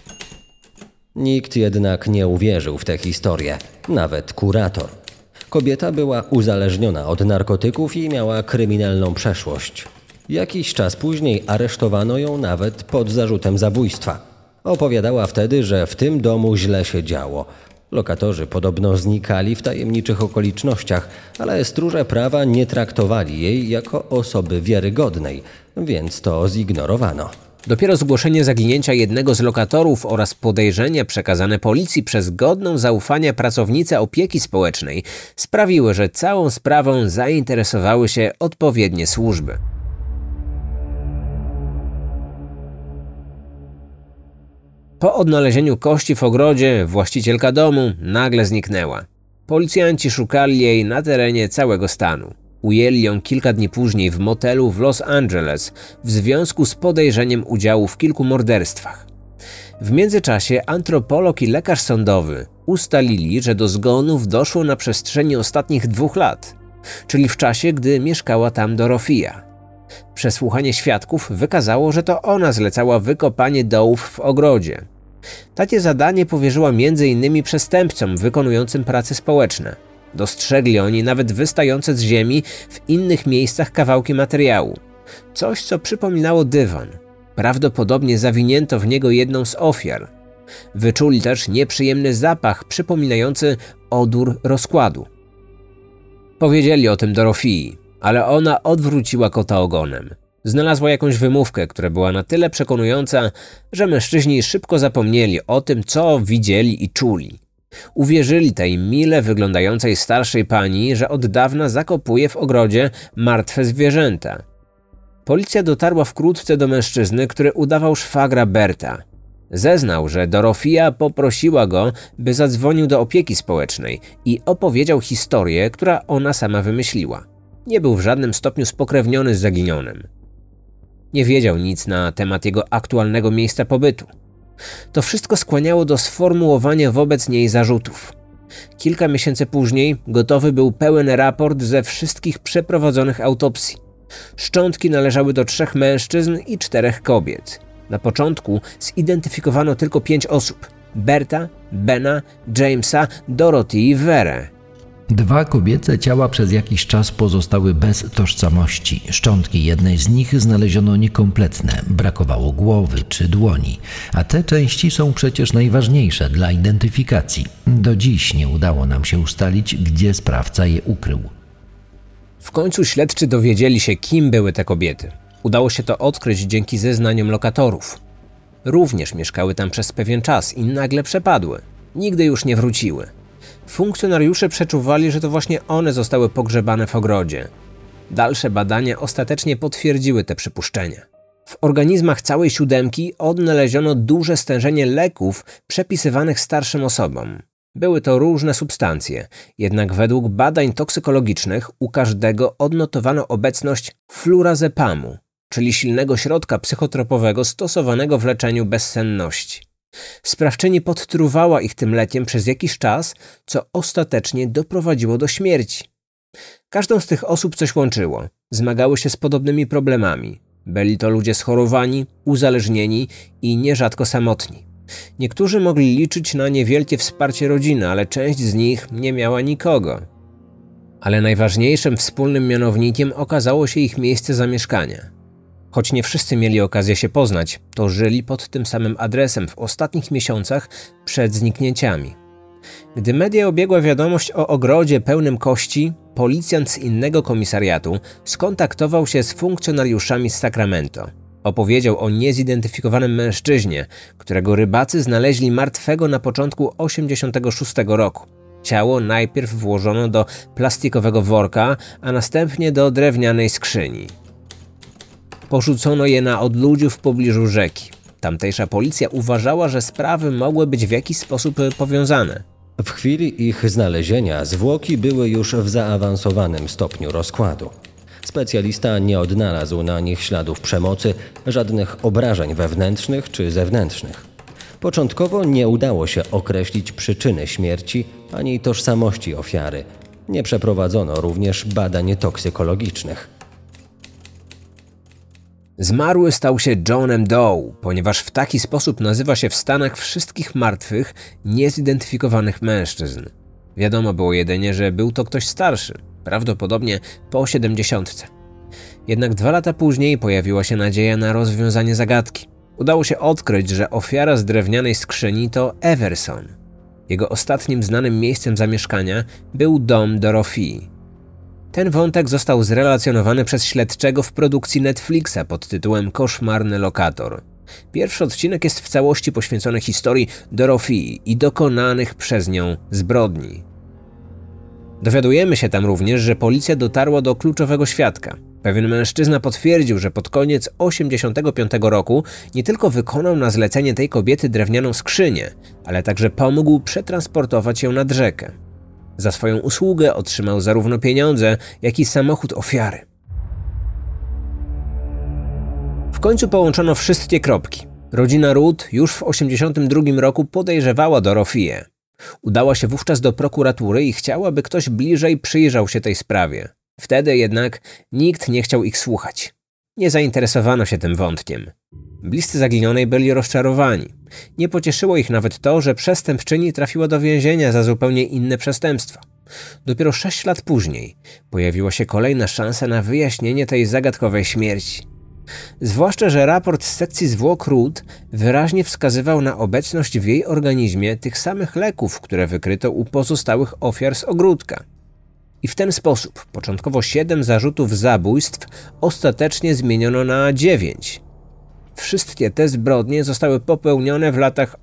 Nikt jednak nie uwierzył w tę historię, nawet kurator. Kobieta była uzależniona od narkotyków i miała kryminalną przeszłość. Jakiś czas później aresztowano ją nawet pod zarzutem zabójstwa. Opowiadała wtedy, że w tym domu źle się działo. Lokatorzy podobno znikali w tajemniczych okolicznościach, ale stróże prawa nie traktowali jej jako osoby wiarygodnej, więc to zignorowano. Dopiero zgłoszenie zaginięcia jednego z lokatorów oraz podejrzenie przekazane policji przez godną zaufania pracownicę opieki społecznej sprawiły, że całą sprawą zainteresowały się odpowiednie służby. Po odnalezieniu kości w ogrodzie właścicielka domu nagle zniknęła. Policjanci szukali jej na terenie całego stanu. Ujęli ją kilka dni później w motelu w Los Angeles w związku z podejrzeniem udziału w kilku morderstwach. W międzyczasie antropolog i lekarz sądowy ustalili, że do zgonów doszło na przestrzeni ostatnich 2 lat, czyli w czasie, gdy mieszkała tam Dorothea. Przesłuchanie świadków wykazało, że to ona zlecała wykopanie dołów w ogrodzie. Takie zadanie powierzyła m.in. przestępcom wykonującym prace społeczne. Dostrzegli oni nawet wystające z ziemi w innych miejscach kawałki materiału. Coś, co przypominało dywan. Prawdopodobnie zawinięto w niego jedną z ofiar. Wyczuli też nieprzyjemny zapach przypominający odór rozkładu. Powiedzieli o tym Dorothei, ale ona odwróciła kota ogonem. Znalazła jakąś wymówkę, która była na tyle przekonująca, że mężczyźni szybko zapomnieli o tym, co widzieli i czuli. Uwierzyli tej mile wyglądającej starszej pani, że od dawna zakopuje w ogrodzie martwe zwierzęta. Policja dotarła wkrótce do mężczyzny, który udawał szwagra Berta. Zeznał, że Dorothea poprosiła go, by zadzwonił do opieki społecznej i opowiedział historię, która ona sama wymyśliła. Nie był w żadnym stopniu spokrewniony z zaginionym. Nie wiedział nic na temat jego aktualnego miejsca pobytu. To wszystko skłaniało do sformułowania wobec niej zarzutów. Kilka miesięcy później gotowy był pełen raport ze wszystkich przeprowadzonych autopsji. Szczątki należały do 3 mężczyzn i 4 kobiet. Na początku zidentyfikowano tylko 5 osób: Berta, Bena, Jamesa, Dorothy i Verę. 2 kobiece ciała przez jakiś czas pozostały bez tożsamości. Szczątki jednej z nich znaleziono niekompletne, brakowało głowy czy dłoni, a te części są przecież najważniejsze dla identyfikacji. Do dziś nie udało nam się ustalić, gdzie sprawca je ukrył. W końcu śledczy dowiedzieli się, kim były te kobiety. Udało się to odkryć dzięki zeznaniom lokatorów. Również mieszkały tam przez pewien czas i nagle przepadły. Nigdy już nie wróciły. Funkcjonariusze przeczuwali, że to właśnie one zostały pogrzebane w ogrodzie. Dalsze badania ostatecznie potwierdziły te przypuszczenia. W organizmach całej 7 odnaleziono duże stężenie leków przepisywanych starszym osobom. Były to różne substancje, jednak według badań toksykologicznych u każdego odnotowano obecność fluorazepamu, czyli silnego środka psychotropowego stosowanego w leczeniu bezsenności. Sprawczyni podtruwała ich tym lekiem przez jakiś czas, co ostatecznie doprowadziło do śmierci. Każdą z tych osób coś łączyło. Zmagały się z podobnymi problemami. Byli to ludzie schorowani, uzależnieni i nierzadko samotni. Niektórzy mogli liczyć na niewielkie wsparcie rodziny, ale część z nich nie miała nikogo. Ale najważniejszym wspólnym mianownikiem okazało się ich miejsce zamieszkania. Choć nie wszyscy mieli okazję się poznać, to żyli pod tym samym adresem w ostatnich miesiącach przed zniknięciami. Gdy media obiegła wiadomość o ogrodzie pełnym kości, policjant z innego komisariatu skontaktował się z funkcjonariuszami z Sacramento. Opowiedział o niezidentyfikowanym mężczyźnie, którego rybacy znaleźli martwego na początku 1986 roku. Ciało najpierw włożono do plastikowego worka, a następnie do drewnianej skrzyni. Porzucono je na odludziu w pobliżu rzeki. Tamtejsza policja uważała, że sprawy mogły być w jakiś sposób powiązane. W chwili ich znalezienia zwłoki były już w zaawansowanym stopniu rozkładu. Specjalista nie odnalazł na nich śladów przemocy, żadnych obrażeń wewnętrznych czy zewnętrznych. Początkowo nie udało się określić przyczyny śmierci ani tożsamości ofiary. Nie przeprowadzono również badań toksykologicznych. Zmarły stał się Johnem Doe, ponieważ w taki sposób nazywa się w Stanach wszystkich martwych, niezidentyfikowanych mężczyzn. Wiadomo było jedynie, że był to ktoś starszy, prawdopodobnie po 70. Jednak 2 lata później pojawiła się nadzieja na rozwiązanie zagadki. Udało się odkryć, że ofiara z drewnianej skrzyni to Everson. Jego ostatnim znanym miejscem zamieszkania był dom Dorothei. Ten wątek został zrelacjonowany przez śledczego w produkcji Netflixa pod tytułem Koszmarny lokator. Pierwszy odcinek jest w całości poświęcony historii Dorothei i dokonanych przez nią zbrodni. Dowiadujemy się tam również, że policja dotarła do kluczowego świadka. Pewien mężczyzna potwierdził, że pod koniec 1985 roku nie tylko wykonał na zlecenie tej kobiety drewnianą skrzynię, ale także pomógł przetransportować ją nad rzekę. Za swoją usługę otrzymał zarówno pieniądze, jak i samochód ofiary. W końcu połączono wszystkie kropki. Rodzina Ruth już w 1982 roku podejrzewała Dorofię. Udała się wówczas do prokuratury i chciała, by ktoś bliżej przyjrzał się tej sprawie. Wtedy jednak nikt nie chciał ich słuchać. Nie zainteresowano się tym wątkiem. Bliscy zaginionej byli rozczarowani. Nie pocieszyło ich nawet to, że przestępczyni trafiła do więzienia za zupełnie inne przestępstwa. Dopiero 6 lat później pojawiła się kolejna szansa na wyjaśnienie tej zagadkowej śmierci. Zwłaszcza, że raport z sekcji zwłok Ruth wyraźnie wskazywał na obecność w jej organizmie tych samych leków, które wykryto u pozostałych ofiar z ogródka. I w ten sposób początkowo 7 zarzutów zabójstw ostatecznie zmieniono na 9. Wszystkie te zbrodnie zostały popełnione w latach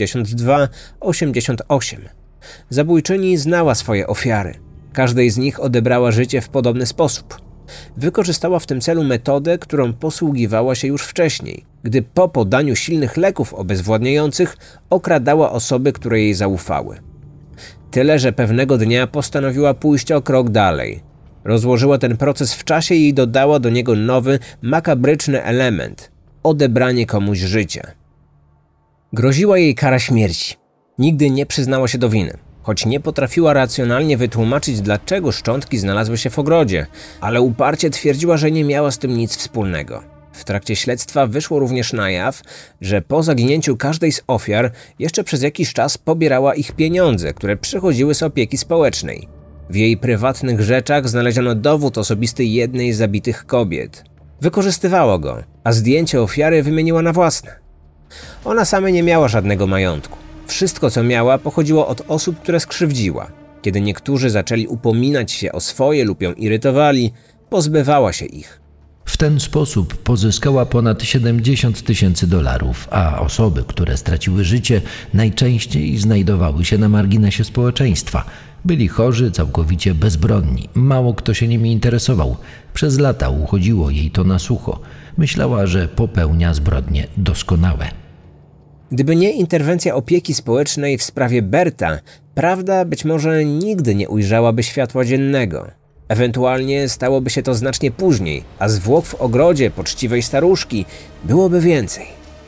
82-88. Zabójczyni znała swoje ofiary. Każdej z nich odebrała życie w podobny sposób. Wykorzystała w tym celu metodę, którą posługiwała się już wcześniej, gdy po podaniu silnych leków obezwładniających okradała osoby, które jej zaufały. Tyle, że pewnego dnia postanowiła pójść o krok dalej. Rozłożyła ten proces w czasie i dodała do niego nowy, makabryczny element – odebranie komuś życia. Groziła jej kara śmierci. Nigdy nie przyznała się do winy, choć nie potrafiła racjonalnie wytłumaczyć, dlaczego szczątki znalazły się w ogrodzie, ale uparcie twierdziła, że nie miała z tym nic wspólnego. W trakcie śledztwa wyszło również na jaw, że po zaginięciu każdej z ofiar jeszcze przez jakiś czas pobierała ich pieniądze, które przychodziły z opieki społecznej. W jej prywatnych rzeczach znaleziono dowód osobisty jednej z zabitych kobiet. Wykorzystywała go, a zdjęcie ofiary wymieniła na własne. Ona sama nie miała żadnego majątku. Wszystko, co miała, pochodziło od osób, które skrzywdziła. Kiedy niektórzy zaczęli upominać się o swoje lub ją irytowali, pozbywała się ich. W ten sposób pozyskała ponad $70,000, a osoby, które straciły życie, najczęściej znajdowały się na marginesie społeczeństwa. Byli chorzy, całkowicie bezbronni. Mało kto się nimi interesował. Przez lata uchodziło jej to na sucho. Myślała, że popełnia zbrodnie doskonałe. Gdyby nie interwencja opieki społecznej w sprawie Berta, prawda być może nigdy nie ujrzałaby światła dziennego. Ewentualnie stałoby się to znacznie później, a zwłok w ogrodzie poczciwej staruszki byłoby więcej.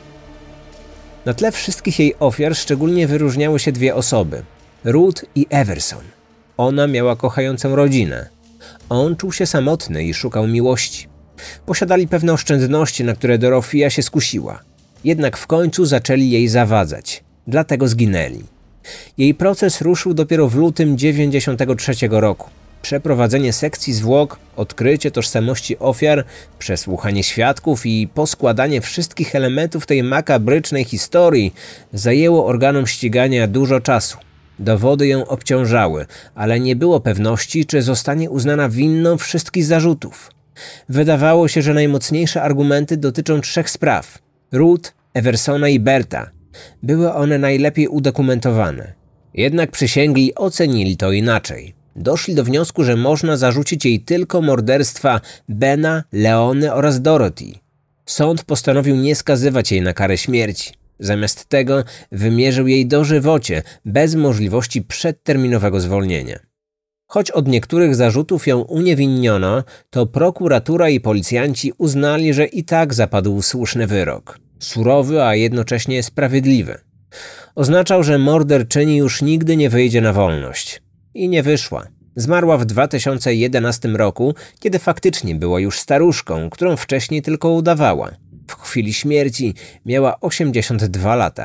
Na tle wszystkich jej ofiar szczególnie wyróżniały się 2 osoby – Ruth i Everson. Ona miała kochającą rodzinę. On czuł się samotny i szukał miłości. Posiadali pewne oszczędności, na które Dorothea się skusiła. Jednak w końcu zaczęli jej zawadzać. Dlatego zginęli. Jej proces ruszył dopiero w lutym 1993 roku. Przeprowadzenie sekcji zwłok, odkrycie tożsamości ofiar, przesłuchanie świadków i poskładanie wszystkich elementów tej makabrycznej historii zajęło organom ścigania dużo czasu. Dowody ją obciążały, ale nie było pewności, czy zostanie uznana winną wszystkich zarzutów. Wydawało się, że najmocniejsze argumenty dotyczą 3 spraw – Ruth, Eversona i Berta. Były one najlepiej udokumentowane. Jednak przysięgli ocenili to inaczej. Doszli do wniosku, że można zarzucić jej tylko morderstwa Bena, Leony oraz Dorothy. Sąd postanowił nie skazywać jej na karę śmierci. Zamiast tego wymierzył jej dożywocie bez możliwości przedterminowego zwolnienia. Choć od niektórych zarzutów ją uniewinniono, to prokuratura i policjanci uznali, że i tak zapadł słuszny wyrok. Surowy, a jednocześnie sprawiedliwy. Oznaczał, że morderczyni już nigdy nie wyjdzie na wolność. I nie wyszła. Zmarła w 2011 roku, kiedy faktycznie była już staruszką, którą wcześniej tylko udawała. W chwili śmierci miała 82 lata.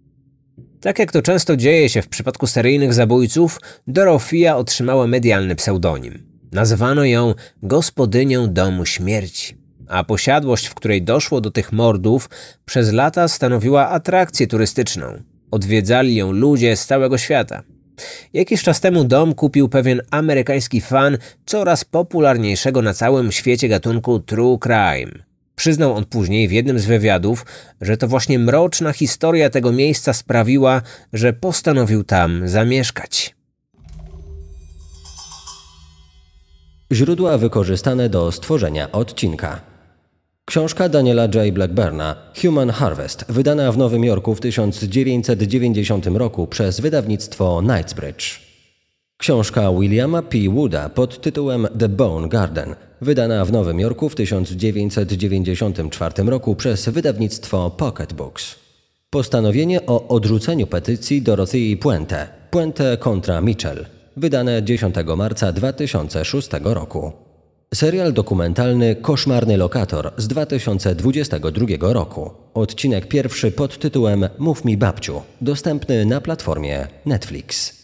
Tak jak to często dzieje się w przypadku seryjnych zabójców, Dorothea otrzymała medialny pseudonim. Nazywano ją gospodynią domu śmierci, a posiadłość, w której doszło do tych mordów, przez lata stanowiła atrakcję turystyczną. Odwiedzali ją ludzie z całego świata. Jakiś czas temu dom kupił pewien amerykański fan coraz popularniejszego na całym świecie gatunku true crime. Przyznał on później w jednym z wywiadów, że to właśnie mroczna historia tego miejsca sprawiła, że postanowił tam zamieszkać. Źródła wykorzystane do stworzenia odcinka. Książka Daniela J. Blackburna Human Harvest, wydana w Nowym Jorku w 1990 roku przez wydawnictwo Knightsbridge. Książka Williama P. Wooda pod tytułem The Bone Garden, wydana w Nowym Jorku w 1994 roku przez wydawnictwo Pocket Books. Postanowienie o odrzuceniu petycji Dorothei Puente kontra Mitchell, wydane 10 marca 2006 roku. Serial dokumentalny Koszmarny lokator z 2022 roku. Odcinek pierwszy pod tytułem Mów mi babciu, dostępny na platformie Netflix.